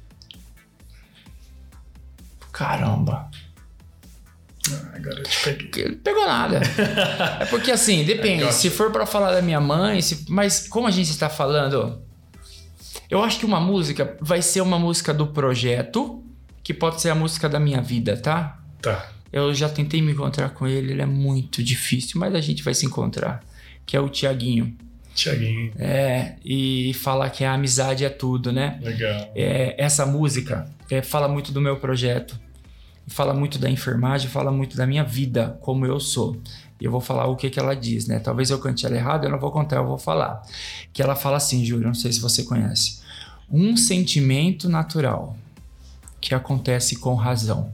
Caramba. Ah, agora eu te peguei. Não pegou nada. É porque assim, depende. Se for pra falar da minha mãe, se... mas como a gente está falando, eu acho que uma música vai ser uma música do projeto, que pode ser a música da minha vida, tá? Tá. Eu já tentei me encontrar com ele, ele é muito difícil, mas a gente vai se encontrar. Que é o Tiaguinho. Tiaguinho. É, e falar que a amizade é tudo, né? Legal. É, essa música é, fala muito do meu projeto. Fala muito da enfermagem, fala muito da minha vida, como eu sou. E eu vou falar o que, que ela diz, né? Talvez eu cante ela errado, eu não vou contar, eu vou falar. Que ela fala assim, Júlio, não sei se você conhece. Um sentimento natural que acontece com razão.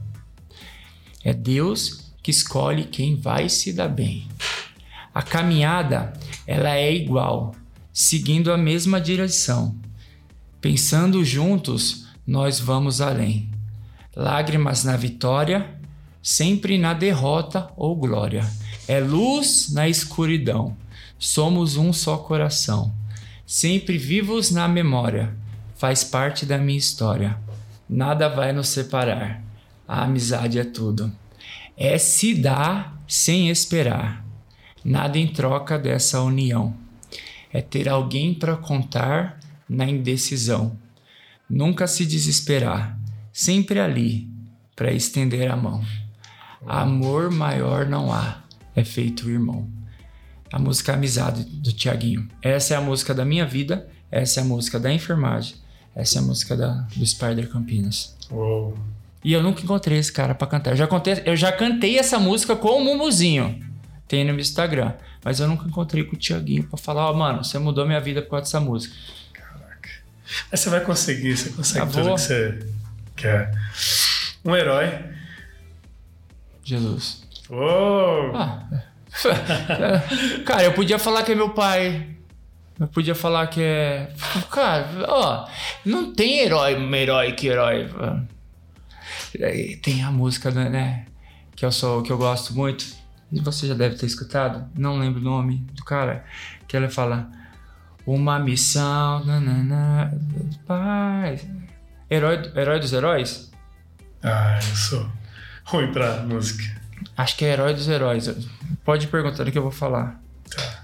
É Deus que escolhe quem vai se dar bem. A caminhada, ela é igual, seguindo a mesma direção. Pensando juntos, nós vamos além. Lágrimas na vitória, sempre na derrota ou glória. É luz na escuridão, somos um só coração. Sempre vivos na memória, faz parte da minha história. Nada vai nos separar, a amizade é tudo. É se dar sem esperar, nada em troca dessa união. É ter alguém para contar na indecisão. Nunca se desesperar. Sempre ali, para estender a mão. Amor maior não há, é feito irmão. A música Amizade, do Tiaguinho. Essa é a música da minha vida, essa é a música da enfermagem, essa é a música da, do Spider Campinas. Uou. E eu nunca encontrei esse cara para cantar. Eu já, contei, eu já cantei essa música com o Mumuzinho, tem no meu Instagram, mas eu nunca encontrei com o Tiaguinho para falar, ó, oh, mano, você mudou minha vida por causa dessa música. Caraca. Mas você vai conseguir, você consegue Tá tudo boa. que você... Que é um herói. Jesus. Oh! Ah. Cara, eu podia falar que é meu pai. Eu podia falar que é... Cara, ó, não tem herói, herói que herói. Tem a música, né? Que eu sou, que eu gosto muito. E você já deve ter escutado. Não lembro o nome do cara. Que ela fala... Uma missão... Nanana, paz... Herói, herói dos heróis? Ah, eu sou ruim pra música. Acho que é Herói dos Heróis. Pode perguntar o que eu vou falar. Tá.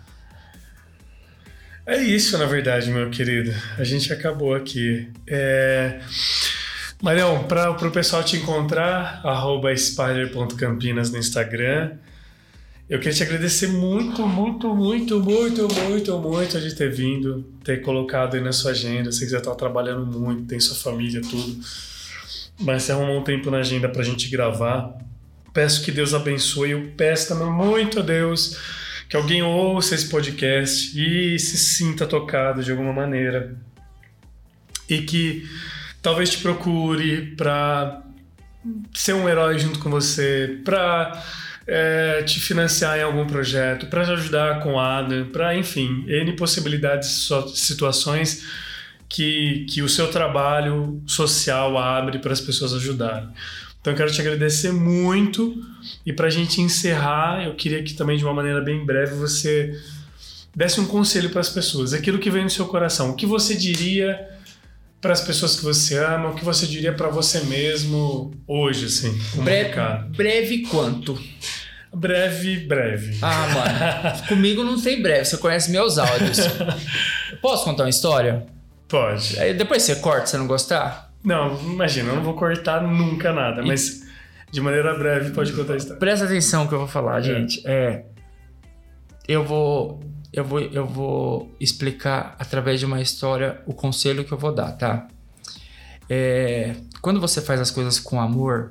É isso, na verdade, meu querido. A gente acabou aqui. É... Marião, para o pessoal te encontrar, arroba spider ponto campinas no Instagram. Eu queria te agradecer muito, muito, muito, muito, muito, muito de ter vindo, ter colocado aí na sua agenda. Sei que você está trabalhando muito, tem sua família, tudo. Mas você arrumou um tempo na agenda pra gente gravar. Peço que Deus abençoe. Eu peço também muito a Deus que alguém ouça esse podcast e se sinta tocado de alguma maneira. E que talvez te procure para ser um herói junto com você, para é, te financiar em algum projeto, para te ajudar com a Ada, para, enfim, N possibilidades, situações que, que o seu trabalho social abre para as pessoas ajudarem. Então eu quero te agradecer muito, e para a gente encerrar, eu queria que também de uma maneira bem breve você desse um conselho para as pessoas, aquilo que vem no seu coração. O que você diria para as pessoas que você ama, o que você diria para você mesmo hoje, assim, como breve, recado? Breve quanto? Breve, breve. Ah, mano, comigo não tem breve, você conhece meus áudios. Posso contar uma história? Pode. Aí depois você corta, se não gostar? Não, imagina, eu não vou cortar nunca nada, e... mas de maneira breve pode contar a história. Presta atenção no que eu vou falar, gente. É, é eu vou... Eu vou, eu vou explicar através de uma história o conselho que eu vou dar, tá? É, quando você faz as coisas com amor,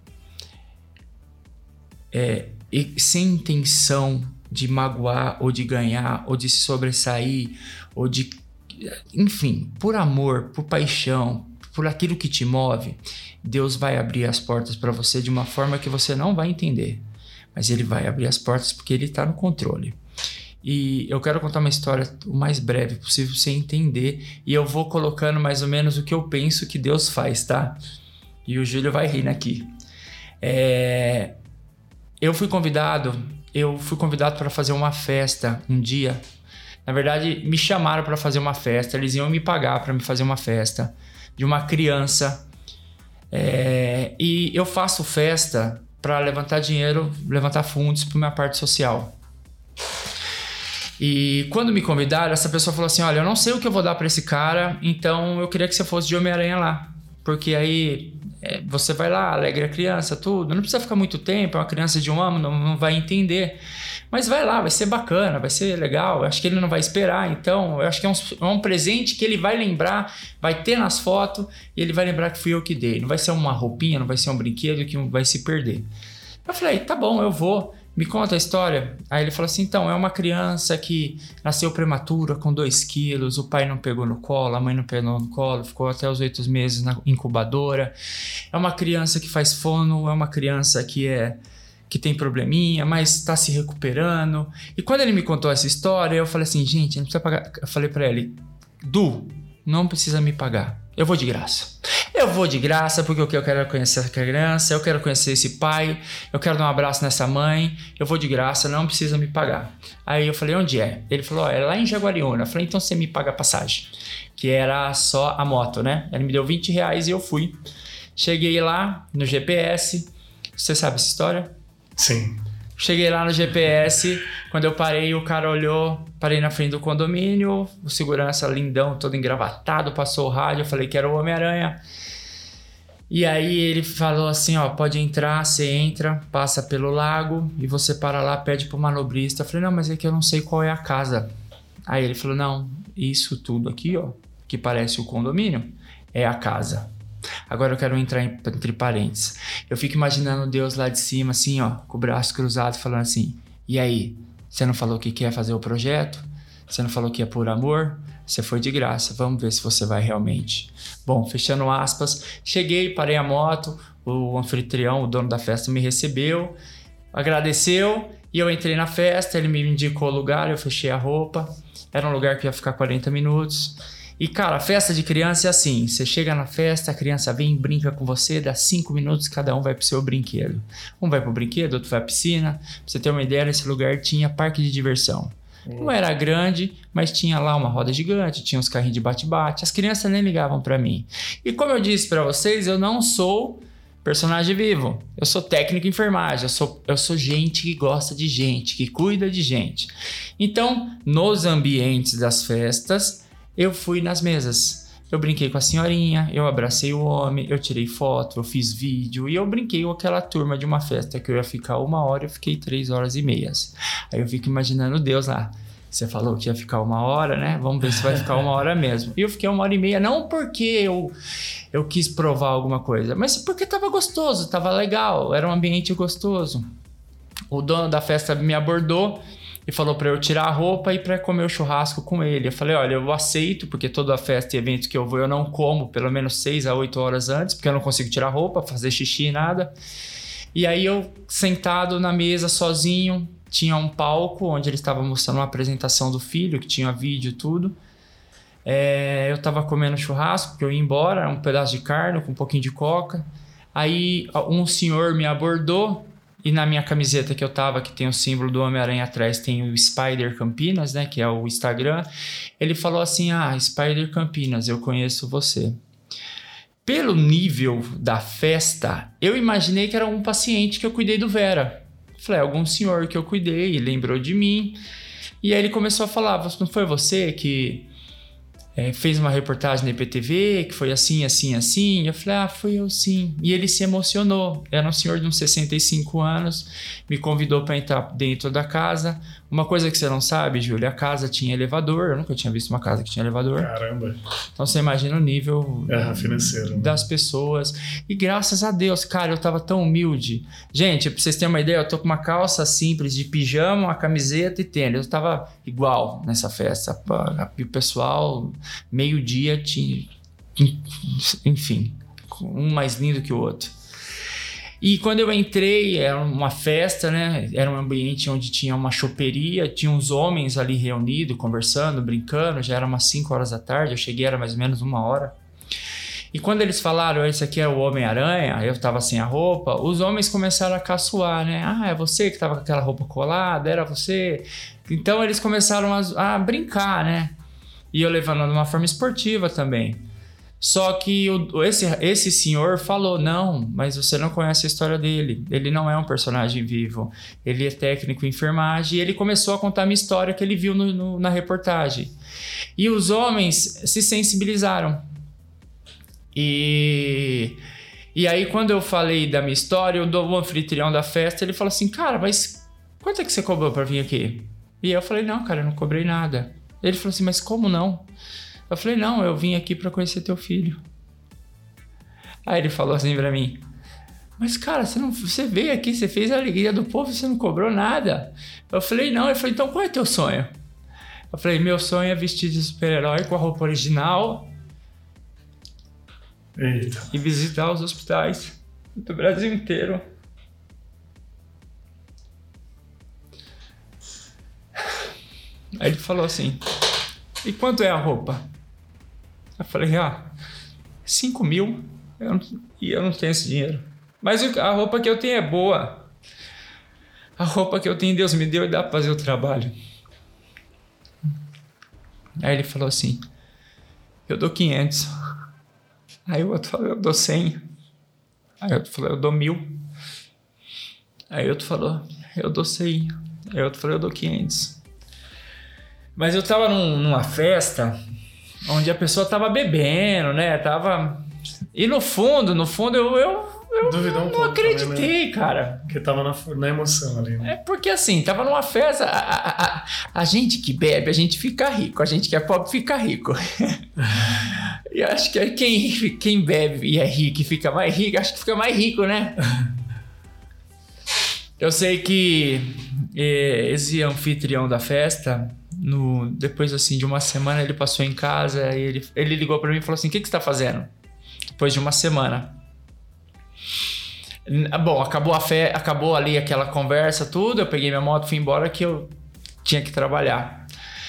é, e sem intenção de magoar ou de ganhar ou de se sobressair ou de, enfim, por amor, por paixão, por aquilo que te move, Deus vai abrir as portas para você de uma forma que você não vai entender, mas Ele vai abrir as portas porque Ele está no controle. E eu quero contar uma história o mais breve possível pra você entender, e eu vou colocando mais ou menos o que eu penso que Deus faz, tá? E o Júlio vai rir aqui. É... Eu fui convidado, eu fui convidado para fazer uma festa um dia. Na verdade, me chamaram para fazer uma festa, eles iam me pagar para me fazer uma festa de uma criança. É... E eu faço festa para levantar dinheiro, levantar fundos para minha parte social. E quando me convidaram, essa pessoa falou assim, olha, eu não sei o que eu vou dar pra esse cara, então eu queria que você fosse de Homem-Aranha lá, porque aí é, você vai lá, alegra a criança, tudo, não precisa ficar muito tempo, é uma criança de um ano, não, não vai entender, mas vai lá, vai ser bacana, vai ser legal, eu acho que ele não vai esperar, então eu acho que é um, é um presente que ele vai lembrar, vai ter nas fotos, e ele vai lembrar que fui eu que dei, não vai ser uma roupinha, não vai ser um brinquedo que vai se perder. Eu falei, tá bom, eu vou. Me conta a história. Aí ele falou assim, então, é uma criança que nasceu prematura com dois quilos, o pai não pegou no colo, a mãe não pegou no colo, ficou até os oito meses na incubadora. É uma criança que faz fono, é uma criança que, é, que tem probleminha, mas está se recuperando. E quando ele me contou essa história, eu falei assim, gente, não precisa pagar. Eu falei pra ele, Du, não precisa me pagar. Eu vou de graça. Eu vou de graça porque eu quero conhecer essa criança, eu quero conhecer esse pai, eu quero dar um abraço nessa mãe, eu vou de graça, não precisa me pagar. Aí eu falei, onde é? Ele falou, ó, é lá em Jaguariúna. Eu falei, então você me paga a passagem, que era só a moto, né? Ele me deu vinte reais e eu fui. Cheguei lá no G P S, você sabe essa história? Sim. Cheguei lá no G P S, quando eu parei, o cara olhou, parei na frente do condomínio, o segurança lindão, todo engravatado, passou o rádio, eu falei que era o Homem-Aranha. E aí ele falou assim, ó, pode entrar, você entra, passa pelo lago e você para lá, pede pro manobrista. Eu falei, não, mas é que eu não sei qual é a casa. Aí ele falou, não, isso tudo aqui, ó, que parece o condomínio, é a casa. Agora eu quero entrar entre parênteses. Eu fico imaginando Deus lá de cima, assim, ó, com o braço cruzado, falando assim, e aí, você não falou que quer fazer o projeto? Você não falou que é por amor? Você foi de graça, vamos ver se você vai realmente. Bom, fechando aspas, cheguei, parei a moto, o anfitrião, o dono da festa me recebeu, agradeceu, e eu entrei na festa, ele me indicou o lugar, eu fechei a roupa, era um lugar que ia ficar quarenta minutos. E, cara, festa de criança é assim, você chega na festa, a criança vem, brinca com você, dá cinco minutos, cada um vai pro seu brinquedo. Um vai pro brinquedo, outro vai à piscina. Pra você ter uma ideia, nesse lugar tinha parque de diversão. Não era grande, mas tinha lá uma roda gigante, tinha uns carrinhos de bate-bate, as crianças nem ligavam pra mim. E como eu disse pra vocês, eu não sou personagem vivo, eu sou técnico em enfermagem, eu sou, eu sou gente que gosta de gente, que cuida de gente. Então, nos ambientes das festas, eu fui nas mesas. Eu brinquei com a senhorinha, eu abracei o homem, eu tirei foto, eu fiz vídeo e eu brinquei com aquela turma de uma festa que eu ia ficar uma hora, eu fiquei três horas e meias. Aí eu fico imaginando Deus lá. Você falou que ia ficar uma hora, né? Vamos ver se vai ficar uma hora mesmo. E eu fiquei uma hora e meia, não porque eu, eu quis provar alguma coisa, mas porque tava gostoso, tava legal, era um ambiente gostoso. O dono da festa me abordou. e falou para eu tirar a roupa e para comer o churrasco com ele. Eu falei, olha, eu aceito, porque toda festa e evento que eu vou eu não como pelo menos seis a oito horas antes, porque eu não consigo tirar a roupa, fazer xixi, nada. E aí eu, sentado na mesa sozinho, tinha um palco onde ele estava mostrando uma apresentação do filho, que tinha vídeo e tudo. É, eu estava comendo churrasco, porque eu ia embora, um pedaço de carne com um pouquinho de coca. Aí um senhor me abordou e na minha camiseta que eu tava, que tem o símbolo do Homem-Aranha atrás, tem o Spider Campinas, né, que é o Instagram. Ele falou assim, ah, Spider Campinas, eu conheço você. Pelo nível da festa, eu imaginei que era um paciente que eu cuidei do Vera. Falei, algum senhor que eu cuidei, lembrou de mim. E aí ele começou a falar, não foi você que... É, fez uma reportagem na I P T V, que foi assim, assim, assim. Eu falei, ah, foi eu sim. E ele se emocionou. Era um senhor de uns sessenta e cinco anos, me convidou para entrar dentro da casa. Uma coisa que você não sabe, Júlio, a casa tinha elevador. Eu nunca tinha visto uma casa que tinha elevador. Caramba. Então você imagina o nível é, financeiro, né? Das pessoas. E graças a Deus, cara, eu tava tão humilde. Gente, pra vocês terem uma ideia, eu tô com uma calça simples de pijama, uma camiseta e tênis. Eu tava igual nessa festa. E o pessoal, meio-dia, tinha... Enfim, um mais lindo que o outro. E quando eu entrei, era uma festa, né? Era um ambiente onde tinha uma choperia, tinha uns homens ali reunidos, conversando, brincando. Já era umas cinco horas da tarde, eu cheguei, era mais ou menos uma hora. E quando eles falaram, esse aqui é o Homem-Aranha, eu tava sem a roupa, os homens começaram a caçoar, né? Ah, é você que tava com aquela roupa colada, era você. Então eles começaram a, a brincar, né? E eu levando de uma forma esportiva também. Só que o, esse, esse senhor falou, não, mas você não conhece a história dele. Ele não é um personagem vivo. Ele é técnico em enfermagem. E ele começou a contar a minha história que ele viu no, no, na reportagem. E os homens se sensibilizaram. E, e aí, quando eu falei da minha história, o anfitrião da festa, ele falou assim, cara, mas quanto é que você cobrou pra vir aqui? E eu falei, não, cara, eu não cobrei nada. Ele falou assim, mas como não? Eu falei, não, eu vim aqui pra conhecer teu filho. Aí ele falou assim pra mim, mas cara, você, não, você veio aqui, você fez a alegria do povo, você não cobrou nada. Eu falei, não. Ele falou, então qual é teu sonho? Eu falei, meu sonho é vestir de super-herói com a roupa original. Eita. E visitar os hospitais do Brasil inteiro. Aí ele falou assim, e quanto é a roupa? Eu falei, ah, cinco mil, eu não, e eu não tenho esse dinheiro. Mas a roupa que eu tenho é boa. A roupa que eu tenho, Deus me deu e dá pra fazer o trabalho. Aí ele falou assim, eu dou quinhentos. Aí o outro falou, eu dou cem. Aí o outro falou, eu dou mil. Aí o outro falou, eu dou cem. Aí o outro falou, eu dou quinhentos. Mas eu tava num, numa festa onde a pessoa tava bebendo, né? Tava... E no fundo, no fundo, eu, eu, eu Duvidou um não pouco acreditei, também, né? cara. Porque tava na, na emoção ali, né? É porque assim, tava numa festa, a, a, a, a gente que bebe, a gente fica rico. A gente que é pobre fica rico. E acho que quem, quem bebe e é rico e fica mais rico, acho que fica mais rico, né? Eu sei que eh, esse anfitrião da festa... No, depois assim de uma semana ele passou em casa e ele, ele ligou pra mim e falou assim, o que, que você tá fazendo? Depois de uma semana. Bom, acabou a fé, acabou ali aquela conversa, tudo, eu peguei minha moto, fui embora que eu tinha que trabalhar.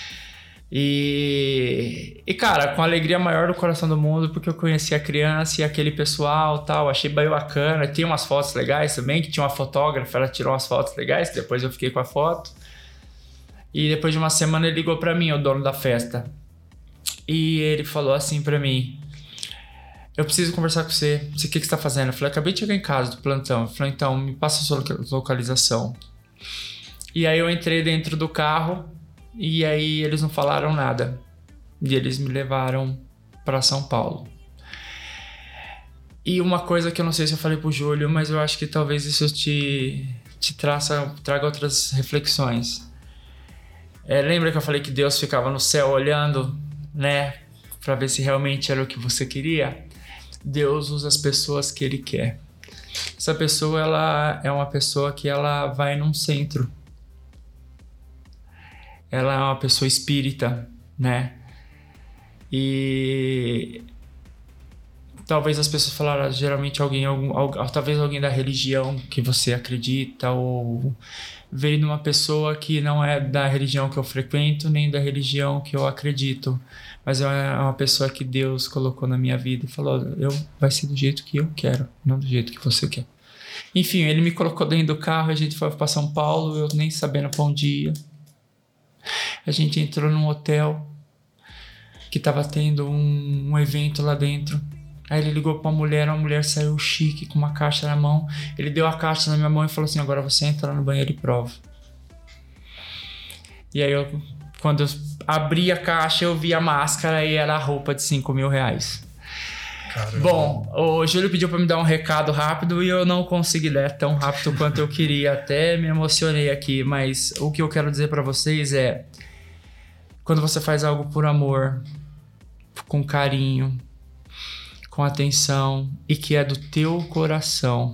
E, e cara, com a alegria maior do coração do mundo, porque eu conheci a criança e aquele pessoal tal, achei bem bacana. Tem umas fotos legais também, que tinha uma fotógrafa, ela tirou umas fotos legais, depois eu fiquei com a foto. E depois de uma semana ele ligou pra mim, o dono da festa. E ele falou assim pra mim, eu preciso conversar com você. O que, que você tá fazendo? Eu falei, acabei de chegar em casa do plantão. Ele falou, então, me passa a sua localização. E aí eu entrei dentro do carro e aí eles não falaram nada. E eles me levaram pra São Paulo. E uma coisa que eu não sei se eu falei pro Júlio, mas eu acho que talvez isso te, te traça, traga outras reflexões. É, lembra que eu falei que Deus ficava no céu olhando, né? Pra ver se realmente era o que você queria? Deus usa as pessoas que Ele quer. Essa pessoa, ela é uma pessoa que ela vai num centro. ela é uma pessoa espírita, né? E talvez as pessoas falaram, geralmente alguém, algum, algum, talvez alguém da religião que você acredita, ou veio de uma pessoa que não é da religião que eu frequento, nem da religião que eu acredito, mas é uma pessoa que Deus colocou na minha vida e falou, eu, vai ser do jeito que eu quero, não do jeito que você quer. Enfim, ele me colocou dentro do carro, a gente foi para São Paulo, eu nem sabendo para onde ia. A gente entrou num hotel que estava tendo um, um evento lá dentro. Aí ele ligou pra uma mulher, a mulher saiu chique com uma caixa na mão. Ele deu a caixa na minha mão e falou assim, agora você entra no banheiro e prova. E aí eu, quando eu abri a caixa, eu vi a máscara e era a roupa de cinco mil reais. Caramba. Bom, o Júlio pediu pra me dar um recado rápido e eu não consegui dar tão rápido quanto eu queria. Até me emocionei aqui, mas o que eu quero dizer pra vocês é, quando você faz algo por amor, com carinho, com atenção e que é do teu coração,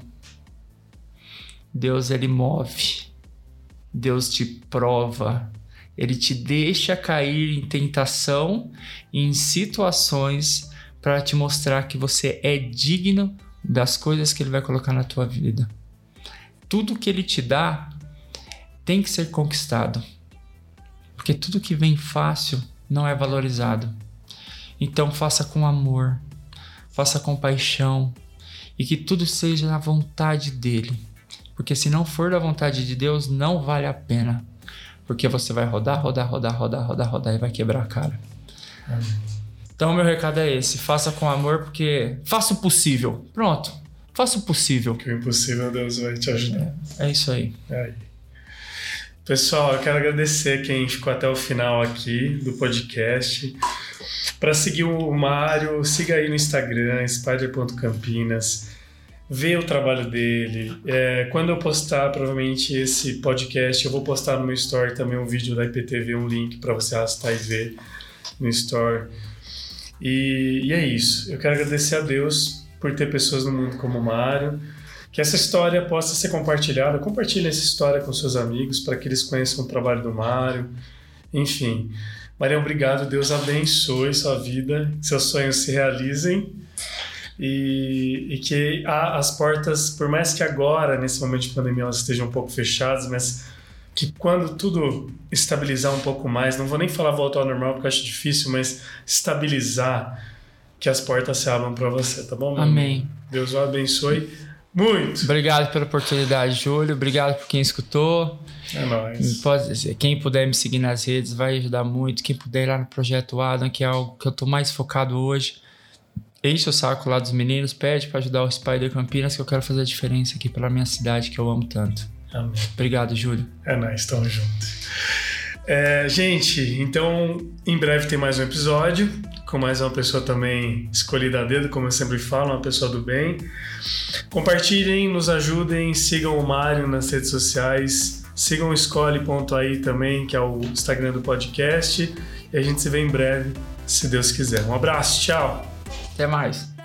Deus, ele move, Deus te prova, ele te deixa cair em tentação e em situações para te mostrar que você é digno das coisas que ele vai colocar na tua vida. Tudo que ele te dá tem que ser conquistado, porque tudo que vem fácil não é valorizado. Então faça com amor, faça com paixão e que tudo seja na vontade dele. Porque se não for da vontade de Deus, não vale a pena. Porque você vai rodar, rodar, rodar, rodar, rodar, rodar e vai quebrar a cara. Amém. Então meu recado é esse, faça com amor porque faça o possível. Pronto, faça o possível. Que o impossível Deus vai te ajudar. É, é isso aí. É aí. Pessoal, eu quero agradecer quem ficou até o final aqui do podcast. Para seguir o Mário, siga aí no Instagram, spider ponto campinas, vê o trabalho dele. É, quando eu postar, provavelmente, esse podcast, eu vou postar no meu story também um vídeo da I P T V, um link para você arrastar e ver no story. E, e é isso. Eu quero agradecer a Deus por ter pessoas no mundo como o Mário, que essa história possa ser compartilhada. Compartilhe essa história com seus amigos para que eles conheçam o trabalho do Mário. Enfim, Maria, obrigado. Deus abençoe sua vida, que seus sonhos se realizem e, e que a, as portas, por mais que agora, nesse momento de pandemia, elas estejam um pouco fechadas, mas que quando tudo estabilizar um pouco mais, não vou nem falar voltar ao normal porque eu acho difícil, mas estabilizar, que as portas se abram para você, tá bom? Amém. Deus o abençoe muito. Obrigado pela oportunidade, Júlio. Obrigado por quem escutou. É nóis. Pode, quem puder me seguir nas redes vai ajudar muito. Quem puder ir lá no Projeto Adam, que é algo que eu tô mais focado hoje, enche o saco lá dos meninos, pede para ajudar o Spider Campinas, que eu quero fazer a diferença aqui pela minha cidade, que eu amo tanto. Amém. Obrigado, Júlio. É nóis, tamo junto. É, gente, então em breve tem mais um episódio com mais uma pessoa também escolhida a dedo, como eu sempre falo, uma pessoa do bem. Compartilhem, nos ajudem, sigam o Mário nas redes sociais, sigam o escolhe ponto a i também, que é o Instagram do podcast, e a gente se vê em breve, se Deus quiser. Um abraço, tchau! Até mais!